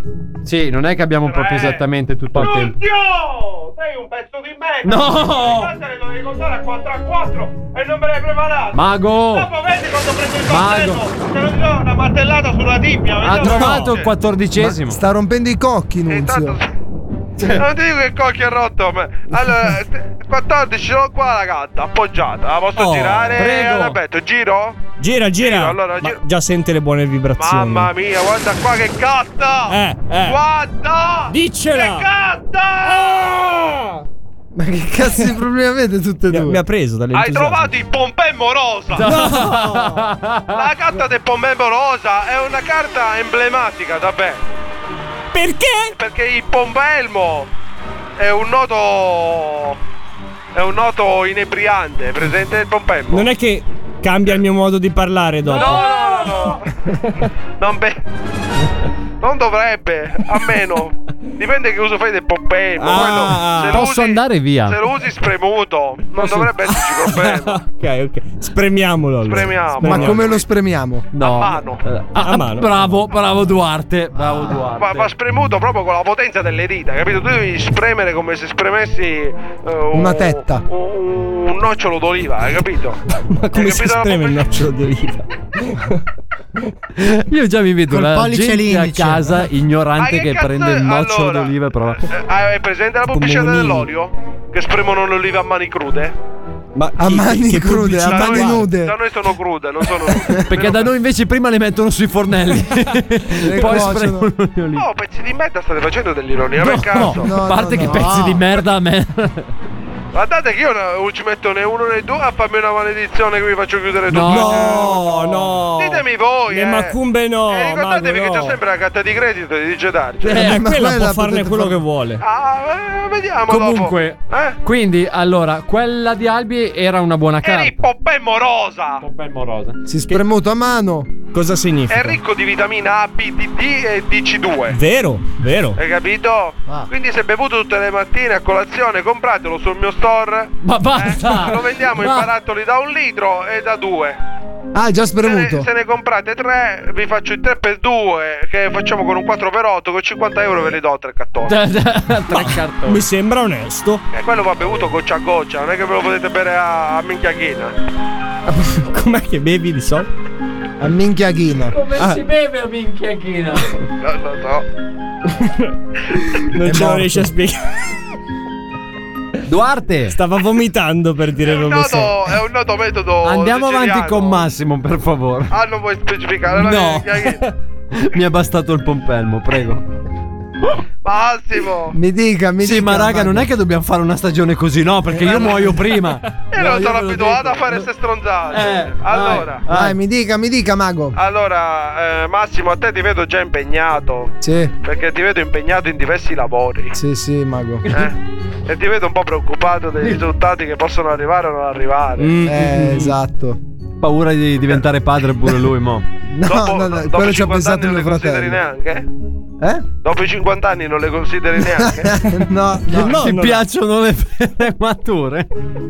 Sì, non è che abbiamo proprio esattamente tutto il tempo. Oddio! Sei un pezzo di merda! No! Le dovevi contare a quattro a quattro e non me l'hai preparato! Mago! Dopo vedi quando preso il Mago! coltello! Te lo do una martellata sulla tibia! Ha trovato il quattordicesimo. Ma sta rompendo i cocchi, Nunzio. Non ti dico che il cocchio è rotto, ma... Allora, quattordici, ce l'ho qua la gatta, appoggiata. La posso Oh, girare? prego. Alberto, giro? Gira, gira. Giro, allora, Ma giro. già sente le buone vibrazioni. Mamma mia, guarda qua che gatta! Eh, eh. Guarda! Diccela! Che gatta! Ah! Ma che cazzo di problemi avete tutte e Mi ha, due? mi ha preso dalle Hai trovato il pompemmo rosa! No! La carta del pompemmo rosa è una carta emblematica, davvero. Perché? Perché il pompelmo è un noto. È un noto inebriante, presente il pompelmo. Non è che cambia il mio modo di parlare dopo. No, no, no, no. Non be- Non dovrebbe, a meno. Dipende che uso fai del pompelmo. Ah, quello, se lo posso usi- andare via? Se lo usi spremuto, non Posso- dovrebbe esserci problema. Ok, ok. Spremiamolo allora. Spremiamo. Ma come lo spremiamo? No. A mano. Ah, A mano. Bravo, bravo Duarte. Bravo Duarte. Ma, ma spremuto proprio con la potenza delle dita, capito? Tu devi spremere come se spremessi eh, un, Una tetta. un, un nocciolo d'oliva, hai capito? Ma come Hai si capito la spreme il potenza? nocciolo di oliva? Io già mi vedo Col la pollice gente a l'indice. casa Ma ignorante che che cazzo prende il è? nocciolo Allora, d'oliva e prova. Eh, hai presente la pubblicità Pomomonini. dell'olio? Che spremono le olive a mani crude? Ma A chi- mani che crude, a pubblicità mani guarda? nude. Da noi sono crude, non sono nude. Perché da noi invece prima le mettono sui fornelli. Poi cuociono. spremono le olive. Oh, pezzi di merda, state facendo dell'ironia per No, caso. no. a parte che no. pezzi di merda a me. Guardate che io non ci metto né uno né due a farmi una maledizione che vi faccio chiudere tutto. No, no. Ditemi voi, Le eh. macumbe no. E ricordatevi Mago, che no. c'è sempre la carta di credito di Dice Darge. Eh, Ma quella quella può farne potete quello fare- che vuole. Ah, eh, vediamo Comunque, dopo. Eh? quindi allora, quella di Albi era una buona Era il carta. pompemmo rosa. Pompelmo rosa. Si spremuto a mano. Cosa significa? È ricco di vitamina A, B, D, D e D C due. Vero, vero. Hai capito? Ah. Quindi se bevuto tutte le mattine a colazione, compratelo sul mio store. Ma basta! Eh, lo vendiamo in Ma- barattoli da un litro e da due. Ah, già Se ne, spremuto. se ne comprate tre, vi faccio il tre per due che facciamo con un quattro per otto, con cinquanta euro ve li do tre cartoni. Tre cartoni. Mi sembra onesto. E quello va bevuto goccia a goccia, non è che ve lo potete bere a, a minchiachina. Com'è che bevi di solito? A minchiachina. Come Ah. si beve a minchiachina? No, no, no. Non È ce lo morto. riesci a spiegare. Duarte, Stava vomitando per dire È un, come sei. noto, è un noto metodo. andiamo avanti siciliano. con Massimo, per favore. Ah, non vuoi specificare la No. minchiachina? Mi è bastato il pompelmo, prego. Massimo! Mi dica, mi Sì, dica. ma raga, Mago. non è che dobbiamo fare una stagione così, no? Perché io muoio prima. Io No, non sono ve lo abituato dico. a fare queste stronzate. Eh, allora, vai. Dai, mi dica, mi dica, Mago. allora eh, Massimo, a te ti vedo già impegnato. Sì, Perché ti vedo impegnato in diversi lavori. sì, sì, Mago. Eh? E ti vedo un po' preoccupato dei risultati che possono arrivare o non arrivare. Mm, Eh, esatto. Paura di diventare padre pure lui, mo. No, dopo, no, no, dopo quello ci ha cinquanta pensato anni mio non le consideri fratello. neanche? Eh? Dopo i cinquanta anni non le consideri neanche? no, no. No, Ti no, piacciono le premature?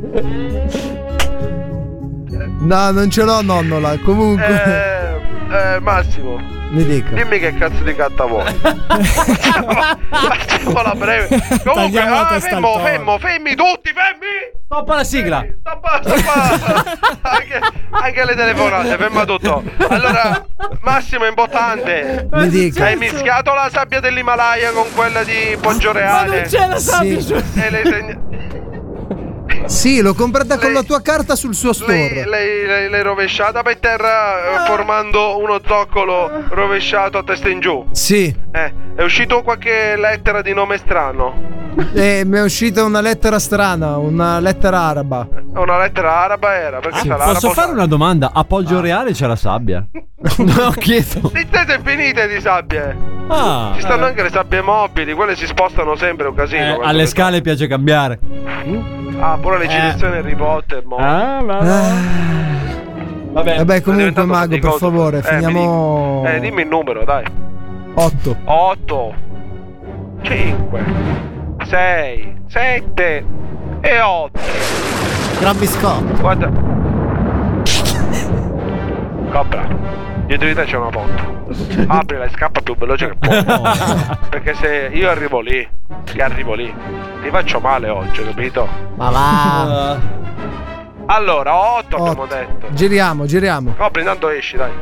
No, non ce l'ho, nonnola. Comunque, eh, eh, Massimo, mi dica. dimmi che cazzo di carta vuoi. Facciamola breve. Comunque, Tagliamo la ah, testa al fermo, toro. fermo, fermi tutti, fermi! Stoppa la sigla. Stoppa, stoppa. anche, anche le telefonate, ferma tutto. Allora, Massimo, è importante. Mi dica. Hai mischiato la sabbia dell'Himalaya con quella di Poggioreale? Ma non c'è la sabbia Sì. su- E lei segna- Sì, l'ho comprata con Lei- la tua carta sul suo Lei, store. lei, lei, lei rovesciata per terra eh, formando uno zoccolo rovesciato a testa in giù. Sì, Eh, è uscito qualche lettera di nome strano? e mi è uscita una lettera strana, una lettera araba. Una lettera araba era? Perché Sì, sa l'arabo posso fare sa- una domanda? A Poggio Reale c'è la sabbia? No, chiedo. Siete finite di sabbie? Ah, Ci stanno anche le sabbie mobili, quelle si spostano sempre, è un casino. eh, quando alle le- scale piace cambiare. Ah, pure le citazioni Harry Potter, mo. Ah, va, va. Vabbè. Vabbè, Sono comunque, diventato Mago, per faticoso. favore, Eh, finiamo. mi dica. Eh, dimmi il numero, dai. otto. otto, cinque, sei, sette e otto. Gran biscotto. Guarda. Cobra. Dietro di te c'è una porta. Aprila e scappa più veloce che puoi. Perché se io arrivo lì, che arrivo lì, ti faccio male oggi, capito? Ma va. Allora, otto abbiamo detto. Giriamo, giriamo. Copri, intanto esci, dai.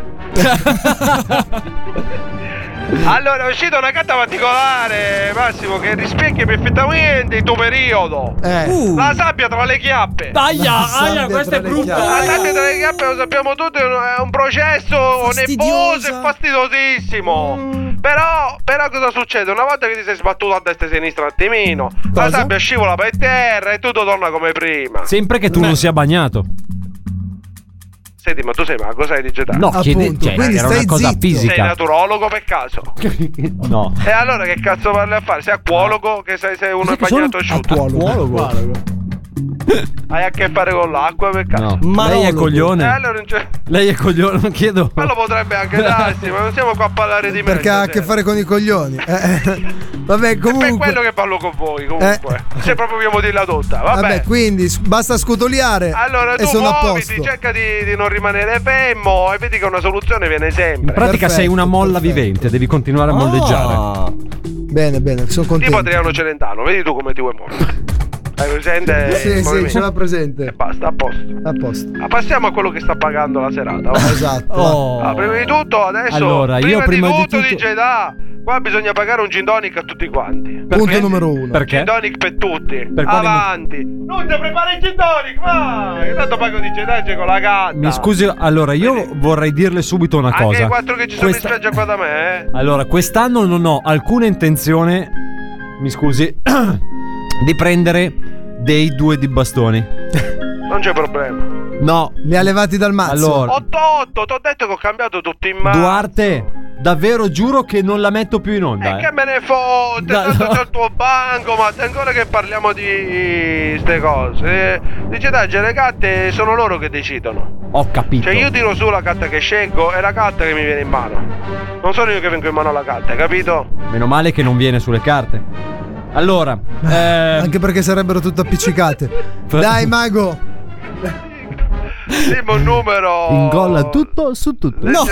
Allora, è uscita una carta particolare, Massimo, che rispecchia perfettamente il tuo periodo. Eh. Uh. La sabbia tra le chiappe. Aia, aia, questa è brutta. La sabbia tra le chiappe, lo sappiamo tutti, è un processo nebuloso e fastidiosissimo. Mm. Però, però cosa succede? Una volta che ti sei sbattuto a destra e a sinistra un attimino, cosa? La sabbia scivola per terra e tutto torna come prima. Sempre che tu Beh. non sia bagnato. Senti, ma tu sei mago, sei digitale? No, chiede, cioè, era una cosa zitto. fisica. Sei naturologo per caso? No. E allora che cazzo parli a fare? Sei acquologo? Che sei, sei uno bagnato asciutto? Acquologo. Hai a che fare con l'acqua per caso? No. Ma lei è coglione. Eh, allora non c'è... Lei è coglione, non chiedo. Ma lo potrebbe anche darsi, ma non siamo qua a parlare di me. Perché ha a che fare con i coglioni. Eh, vabbè, comunque. È per quello che parlo con voi, comunque. Eh. Se proprio vogliamo dirla tutta. Vabbè. Vabbè, quindi basta scutoliare. Allora tu e sono muoviti, cerca di, di non rimanere fermo e vedi che una soluzione viene sempre. In pratica Perfetto, sei una molla perfetto. vivente, devi continuare a molleggiare. Oh. Bene, bene, sono contento. Tipo Adriano Celentano, vedi tu come ti vuoi muovere. Hai presente? Sì, sì, ce l'ha presente. E basta, a posto. A posto. Ma passiamo a quello che sta pagando la serata. Va? Esatto. Oh. Ah, prima di tutto, adesso. Allora, prima, io prima di di tutto, tutto... dice da. Qua bisogna pagare un gin tonic a tutti quanti. Punto Perché? numero uno. Perché? Gin tonic per tutti. Per quale Avanti. Non ti prepari il gin tonic, vai. Tanto pago di gedaggio con la gatta. Mi scusi, allora io Vedi? vorrei dirle subito una Anche cosa. i quattro che ci sono Questa- in spiaggia qua da me, eh. Allora, quest'anno non ho alcuna intenzione, mi scusi, di prendere dei due di bastoni. Non c'è problema. No. Li ha levati dal mazzo. Allora, otto otto, ti ho detto che ho cambiato tutto in mano. Duarte, davvero giuro che non la metto più in onda. E Eh. che me ne fotte, Da- tanto no. c'è il tuo banco, ma ancora che parliamo di ste cose. Dice dai, le gatte sono loro che decidono. Ho capito. Cioè io tiro su la carta che scelgo e la carta che mi viene in mano. Non sono io che vengo in mano alla carta, capito? Meno male che non viene sulle carte. Allora, eh, Anche perché sarebbero tutte appiccicate. Dai, mago. Dimmi un numero. ingolla tutto su tutto. No.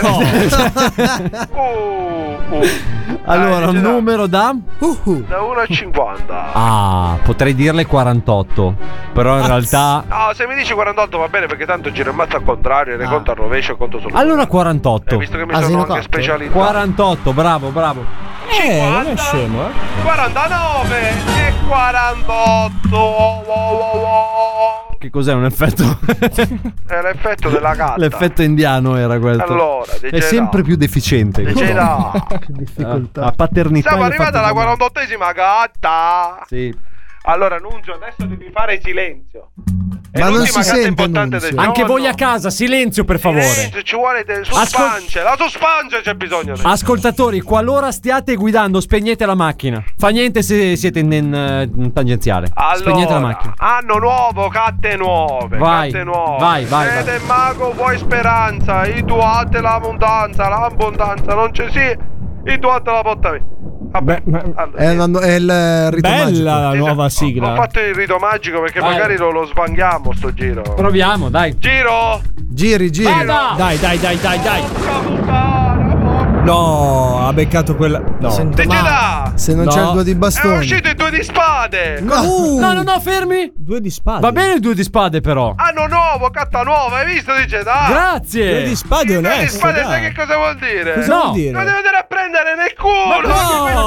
uh, uh. Allora, Dai, un dice da- numero da Uh-huh. Da uno a cinquanta. Ah, potrei dirle quarantotto. Però in realtà No, se mi dici quarantotto va bene perché tanto giro il mazzo al contrario, ne conto al rovescio e conto solo. allora quarantotto. Eh, visto che mi Asino sono anche cotto. specializzato. quarantotto, bravo, bravo. Eh, non è scemo, eh. quarantanove e quarantotto. Wow, wow, wow. Che cos'è un effetto? È l'effetto della gatta. L'effetto indiano era questo. Allora, è dice sempre no. più deficiente. Dice no. Che difficoltà. La paternità. Siamo è arrivati fatta alla da- quarantottesima gatta. Sì. Allora, Nunzio, adesso devi fare silenzio. È Ma non l'ultima si carta sente, importante del Nunzio. Anche giorno. voi a casa, silenzio per favore. Silenzio, ci vuole del suspense. La suspense c'è bisogno. adesso. Ascoltatori, qualora stiate guidando, spegnete la macchina. Fa niente se siete in, in, in tangenziale. Spegnete la Allora, macchina. anno nuovo, catte nuove. Vai, catte nuove. vai, vai, Siete vai. mago, vuoi speranza. I tuate l'abbondanza, l'abbondanza. Non c'è sì. I tuate la porta via. Vabbè, allora, È, una- è il rito Bella magico. la nuova ho sigla. fatto il rito magico perché Vai. magari lo, lo svanghiamo sto giro. Proviamo, dai. Giro. Giri, giri. Vada! Dai, dai, dai, dai, dai. Porca puttana, porca. No, ha beccato quella. No. Sento Dice male. da. Se non No. c'è il due di È bastoni. uscito i due di spade. No. No, no, no, fermi. Due di spade. Va bene il due di spade, però. Anno nuovo, catta nuova, hai visto? Dice da. Grazie. Due di spade Il due di onesto. spade, dai. sai che cosa vuol dire? Cosa No. vuol dire? Non devi andare a prendere nel culo. Ma anche no.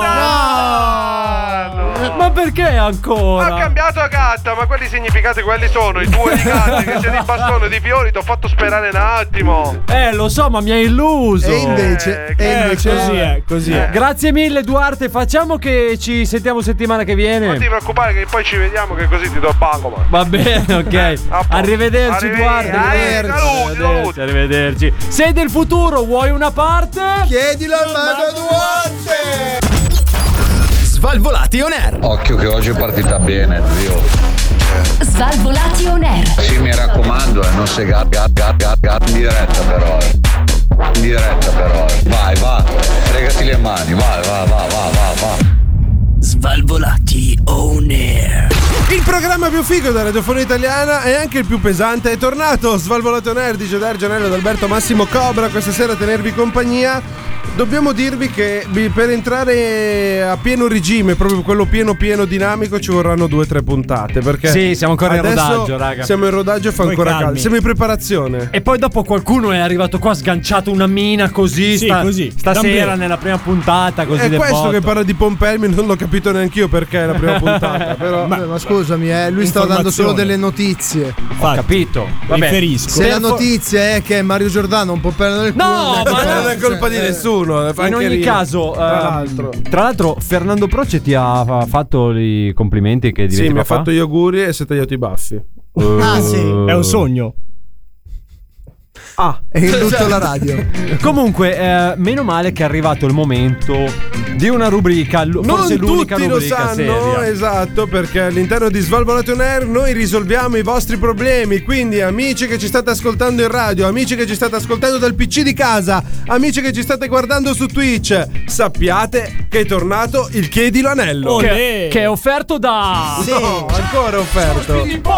quest'anno. Ma perché Ho ancora? cambiato carta, ma quelli significati quelli sono i tuoi di carta che sei di bastone di fiori, ti ho fatto sperare un attimo. Eh, lo so, ma mi hai illuso. E invece, Eh, e Eh, invece così è, così è. Grazie mille, Duarte. Facciamo che ci sentiamo settimana che Non ti viene. preoccupare che poi ci vediamo che così ti do il banco, ma. Va bene, ok. A posto. Arrivederci, Arrivederci. Duarte. Arrivederci. Saluti, saluti. Arrivederci. Sei del futuro, vuoi una parte? chiedilo al mago Duarte. Svalvolati on air. Occhio che oggi è partita bene, zio. Svalvolati on air. Sì, mi raccomando, eh, non sei gat, gat, gat, gat, gat. In diretta però, eh. In diretta però, eh. Vai, va. Fregati le mani, vai, va, va, va, va, va. Svalvolati on air. Il programma più figo della radiofonia italiana e anche il più pesante è tornato. Svalvolato Nerd di Giuseppe Gianello, Adalberto Massimo Cobra questa sera a tenervi compagnia. Dobbiamo dirvi che per entrare a pieno regime, proprio quello pieno pieno dinamico, ci vorranno due o tre puntate. Perché sì, siamo ancora in rodaggio, raga. Siamo in rodaggio e fa Poi ancora calmi. caldo. Siamo in preparazione. E poi dopo qualcuno è arrivato qua, sganciato una mina così, Sì, sta- così. stasera Gambe. nella prima puntata. Così È del questo botto. che parla di Pompelmi, non l'ho capito neanch'io perché è la prima puntata. Però Ma, ma scusami, eh, lui sta dando solo delle notizie. Ho capito. Vabbè. Riferisco. Se la notizia è che Mario Giordano non può prendere il culo, No, eh, ma eh, non è colpa di eh, nessuno. In anche ogni ridere. caso, Tra ehm, l'altro. tra l'altro, Fernando Proce ti ha fa- fatto i complimenti che diventi Sì, mi ha papà? fatto gli auguri e si è tagliato i baffi. Ah, sì. È un sogno. Ah, è in lutto la radio. Comunque, eh, meno male che è arrivato il momento di una rubrica, l- forse Non l'unica tutti lo rubrica sanno, seria. esatto, perché all'interno di Svalvolato On Air noi risolviamo i vostri problemi. Quindi, amici che ci state ascoltando in radio, amici che ci state ascoltando dal P C di casa, amici che ci state guardando su Twitch, sappiate che è tornato il Chiedilo Anello. Che, che è offerto da. Sì. No, ancora offerto.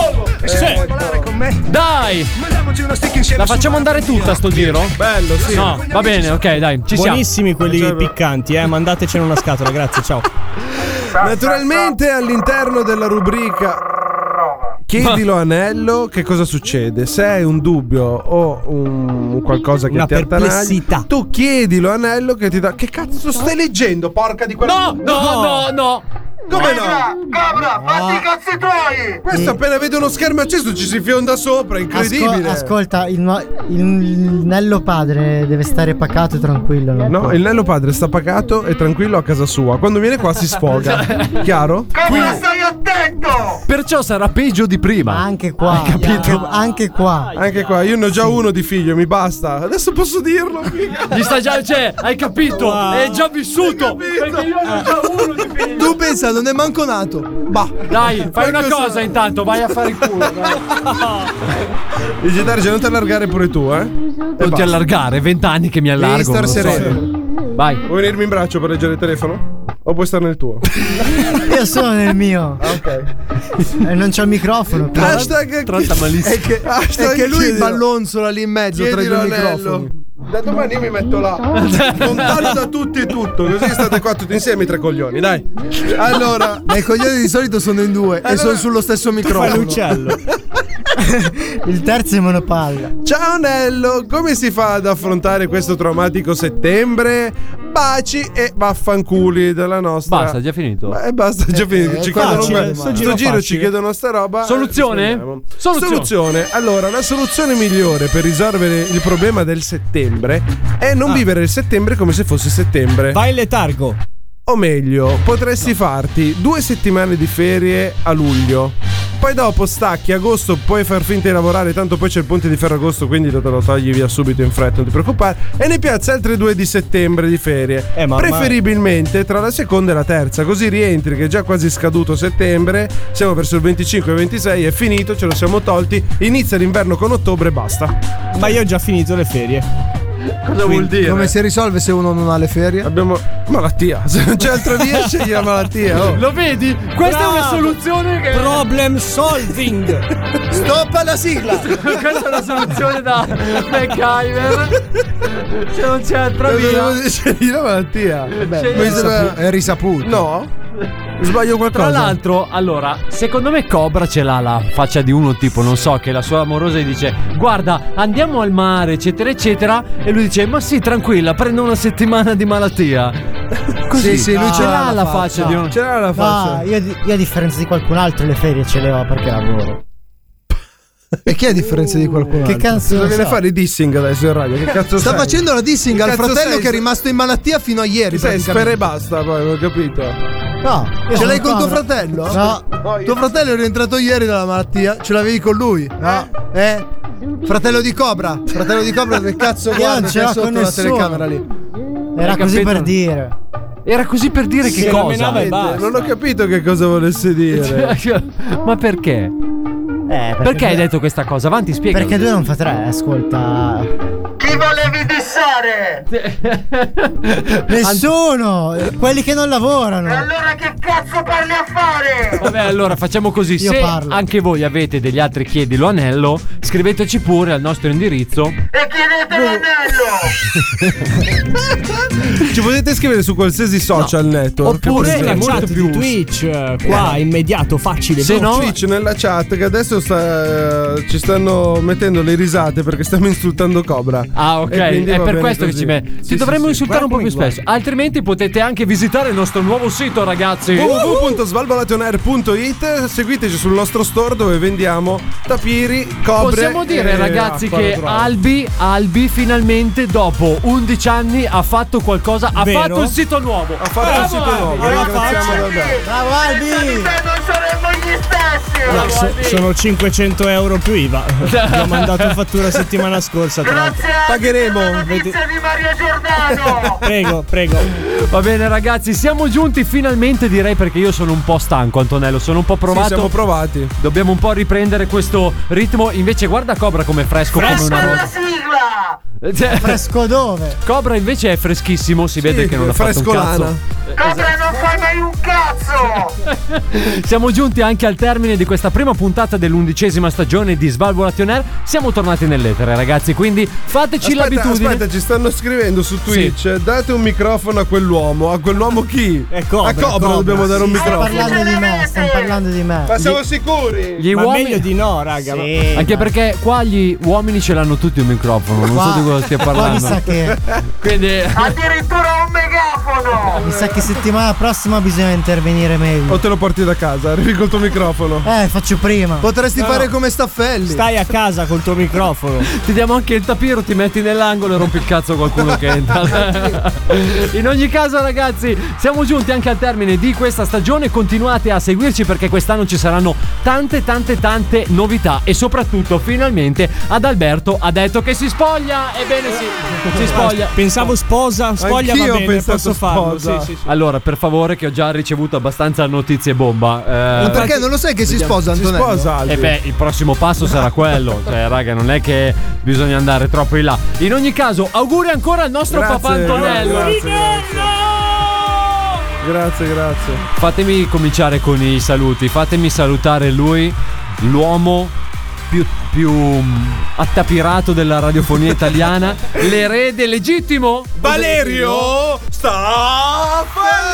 Dai! La facciamo andare tutta sto giro? Bello, sì. No, va bene, ok, dai, ci siamo. Buonissimi quelli Cioè, piccanti, eh. Mandatecene una scatola, grazie, ciao. Naturalmente all'interno della rubrica Chiedilo Anello, che cosa succede? Se hai un dubbio o un qualcosa che Una ti attanaglia, perplessità. tu chiedilo Anello che ti dà. Che cazzo stai leggendo? Porca di quella. No, no, no, no. Come no? Cobra, fatti i cazzi tuoi! Questo appena vede uno schermo acceso ci si fionda sopra, incredibile. Asco- ascolta, il, no- il Nello padre deve stare pacato e tranquillo. non No, può. il Nello padre sta pacato e tranquillo a casa sua. Quando viene qua si sfoga. Chiaro? Cobra, stai attento! Perciò sarà peggio di prima. Ma anche qua, Hai capito? anche, anche qua. Anche qua, io ne ho già uno di figlio, mi basta. Adesso posso dirlo. Gli sta già, cioè, hai capito? È già vissuto. Perché io ne ho già uno di figlio. Tu pensa, non è manco nato. Bah. Dai, fai una cosa- cosa intanto, vai a fare il culo. Dice Darge, non ti allargare pure tu, eh? Non ti allargare, vent'anni che mi allargo. star non so. sereno. Vai. Vuoi venirmi in braccio per leggere il telefono? O puoi stare nel tuo? Io sono nel mio. Ok. E non c'ho il microfono. però. Hashtag Tratta malissimo. È che, Hashtag è che lui chiedilo. ballonzola lì in mezzo tra i Chiedilo due Anello. microfoni. Da domani io mi metto là, lontano da tutti e tutto, così state qua tutti insieme i tre coglioni, dai. Allora, Ma i coglioni di solito sono in due e sono sullo stesso Fai microfono. l'uccello. Il terzo è monopalla. ciao Nello, come si fa ad affrontare questo traumatico settembre? Baci e vaffanculi della nostra. Basta, già finito. Ma- E basta, già Eh, finito. eh, Ci facile, chiedono que- sto sto giro giro, facile. ci chiedono sta roba. Soluzione? eh, rispondiamo. Soluzione. Soluzione. Allora, la soluzione migliore per risolvere il problema del settembre è non Ah. vivere il settembre come se fosse settembre. Vai in letargo. O meglio, potresti farti due settimane di ferie a luglio. Poi dopo stacchi agosto, puoi far finta di lavorare, tanto poi c'è il ponte di Ferragosto, quindi te lo togli via subito in fretta, non ti preoccupare. E ne piazza altre due di settembre di ferie. Eh, ma Preferibilmente tra la seconda e la terza, così rientri che è già quasi scaduto settembre, siamo verso il venticinque e ventisei, è finito, ce lo siamo tolti, inizia l'inverno con ottobre e basta. Ma io ho già finito le ferie. Cosa vuol dire? Come si risolve se uno non ha le ferie? Abbiamo malattia, se non c'è altra via scegli la malattia. Oh. Lo vedi? Questa è una Bravo. soluzione che. Problem solving. Stop alla sigla! Questa è una soluzione da MacGyver. Se non c'è altra via. Scegli la malattia. Beh, C'è- è risaputo- è risaputo. No? Sbaglio qualcosa? Tra l'altro, allora, secondo me Cobra ce l'ha la faccia di uno tipo, non so, che la sua amorosa gli dice: guarda, andiamo al mare, eccetera, eccetera. E lui dice: ma sì, tranquilla, prendo una settimana di malattia. Così, Sì, sì, lui ce ce l'ha l'ha la la faccia faccia. di uno. Ce l'ha la faccia. No, io, di- io a differenza di qualcun altro le ferie ce le ho perché lavoro. E chi è a differenza di qualcuno? Che altro? cazzo Cosa ne viene a so? fare i dissing adesso in radio? Che cazzo Sta sei? facendo la dissing Che al cazzo fratello sei? che è rimasto in malattia fino a ieri. Sei praticamente. sfera e basta, poi non ho capito. No, io Ce sono l'hai con tuo Cobra. fratello? No. Tuo fratello è rientrato ieri dalla malattia. Ce l'avevi con lui? No. Eh? Fratello di Cobra. Fratello di Cobra, che cazzo Io guarda non ce che è l'ho sotto con la nessuno. telecamera lì? Era Hai così capito? per dire. Era così per dire Si che cosa? menava e basta. Non ho capito che cosa volesse dire. Ma perché? Eh, perché, Perché hai detto questa cosa? Avanti, spiega. Perché due non fa tre, ascolta. Chi volevi dissare? Nessuno! Quelli che non lavorano. E allora che cazzo parli a fare? Vabbè, allora facciamo così. Io Se parlo. anche voi avete degli altri chiedilo anello, scriveteci pure al nostro indirizzo. E chiedete l'anello! Ci potete scrivere su qualsiasi social network. Oppure per la esempio. chat di Twitch, eh, qua immediato, facile. Se no, veloce. Twitch nella chat che adesso sta, ci stanno mettendo le risate perché stiamo insultando Cobra. Ah, ok, E quindi è va per bene questo che così. ci metti. Sì, Ti dovremmo sì, sì. insultare un po' più Guarda, spesso. Altrimenti potete anche visitare il nostro nuovo sito, ragazzi. w w w punto svalvolationer punto it. Seguiteci sul nostro store dove vendiamo tapiri, cobre. Possiamo dire, e ragazzi, acqua che naturale. Albi, Albi finalmente dopo undici anni ha fatto qualcosa. Ha Vero? fatto il sito nuovo. Ha fatto Bravo, il sito Albi. nuovo. Bravo, Ringraziamo Albi. davvero. Bravo Albi! Senza di te non saremmo gli stessi! No, so- sono cinquecento euro più I V A. Ti ho mandato fattura settimana scorsa. Tra l'altro. Grazie a Pagheremo. la notizia di Maria Giordano! Prego, prego. Va bene, ragazzi, siamo giunti finalmente, direi, perché io sono un po' stanco, Antonello. Sono un po' provato. Sì, siamo provati. Dobbiamo un po' riprendere questo ritmo. Invece, guarda Cobra come fresco, come una Questa è la rosa. sigla! Cioè, Fresco dove? Cobra invece è freschissimo. Si vede che non ha fatto un frescolana. cazzo. Cobra non fai mai un cazzo! Siamo giunti anche al termine di questa prima puntata dell'undicesima stagione di Svalvolation Air. Siamo tornati nell'etere, ragazzi, quindi fateci Aspetta, l'abitudine. aspetta, ci stanno scrivendo su Twitch. Date un microfono a quell'uomo. A quell'uomo chi? È Cobra, A Cobra, Cobra, dobbiamo dare un Stanno microfono. parlando di me, stanno parlando di me. Ma siamo sicuri? Gli Ma uomini... meglio di no, raga. ma- Sì, Anche ma- perché qua gli uomini ce l'hanno tutti un microfono. Non Qua- so di cosa stia Qua mi parlando. sa che Quindi Addirittura un megafono! Mi sa che settimana prossima bisogna intervenire meglio. O te lo porti da casa? Arrivi col tuo microfono. Eh, faccio prima. Potresti No, fare no. come Staffelli. Stai a casa col tuo microfono. ti diamo anche il tapiro, ti metti nell'angolo e rompi il cazzo a qualcuno che entra. In ogni caso, ragazzi, siamo giunti anche al termine di questa stagione. Continuate a seguirci perché quest'anno ci saranno tante tante tante novità. E soprattutto finalmente Adalberto ha detto che si spoglia. Ebbene sì, si spoglia. Pensavo sposa, spoglia Anch'io va ho bene, pensato posso farlo. sposa. Sì, sì, sì. Allora, per favore, che ho già ricevuto abbastanza notizie bomba. Ma Eh, perché non lo sai che si sposa Si Antonello? sposa Albi. E beh, il prossimo passo sarà quello. Cioè, raga, non è che bisogna andare troppo in là. In ogni caso, auguri ancora al nostro Grazie, papà Antonello. grazie, Grazie, grazie. Fatemi cominciare con i saluti. Fatemi salutare lui, l'uomo più, più mm, attapirato della radiofonia italiana, l'erede legittimo Valerio Staffelli.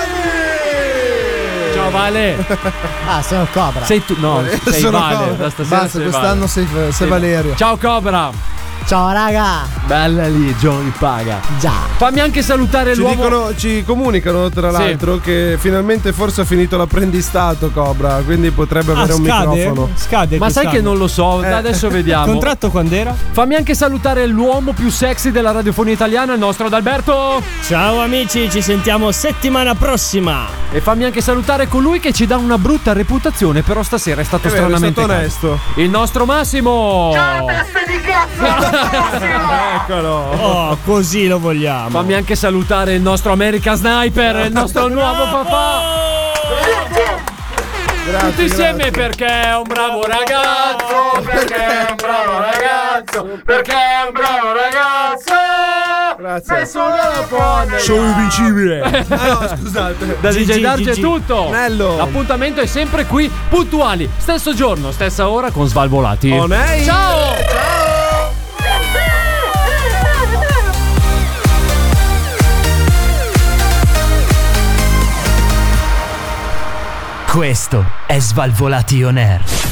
Ciao Vale. Ah, sono Cobra. Sei tu, no, sei Sono Vale. Cobra. Da stasera Basta, sei quest'anno Vale. sei, sei Sei Valerio. Ciao Cobra. Ciao raga. Bella lì, Johnny paga. Già. Fammi anche salutare Ci, l'uomo. dicono, ci comunicano tra Sì. l'altro che finalmente forse ha finito l'apprendistato Cobra, quindi potrebbe Ah, avere un scade? microfono. Scade Ma sai quest'anno. che non lo so, Eh. adesso vediamo. Contratto quando era? Fammi anche salutare l'uomo più sexy della radiofonia italiana, il nostro Adalberto. Ciao amici, ci sentiamo settimana prossima. E fammi anche salutare colui che ci dà una brutta reputazione, però stasera è stato È vero, è stranamente stato caldo. onesto. Il nostro Massimo. Ciao teste di cazzo! Eccolo. Oh, così lo vogliamo. Fammi anche salutare il nostro American Sniper, il nostro nuovo papà. Grazie, Tutti insieme grazie. perché è un bravo ragazzo, perché è un bravo ragazzo, perché è un bravo ragazzo. Grazie. Nessuno lo può negare. Sono invincibile. Ah, no, scusate. Da D J Gigi, Darge è Gigi. tutto. Nello. L'appuntamento è sempre qui, puntuali, stesso giorno, stessa ora con Svalvolati. On air. Ciao! Questo è Svalvolati On Air.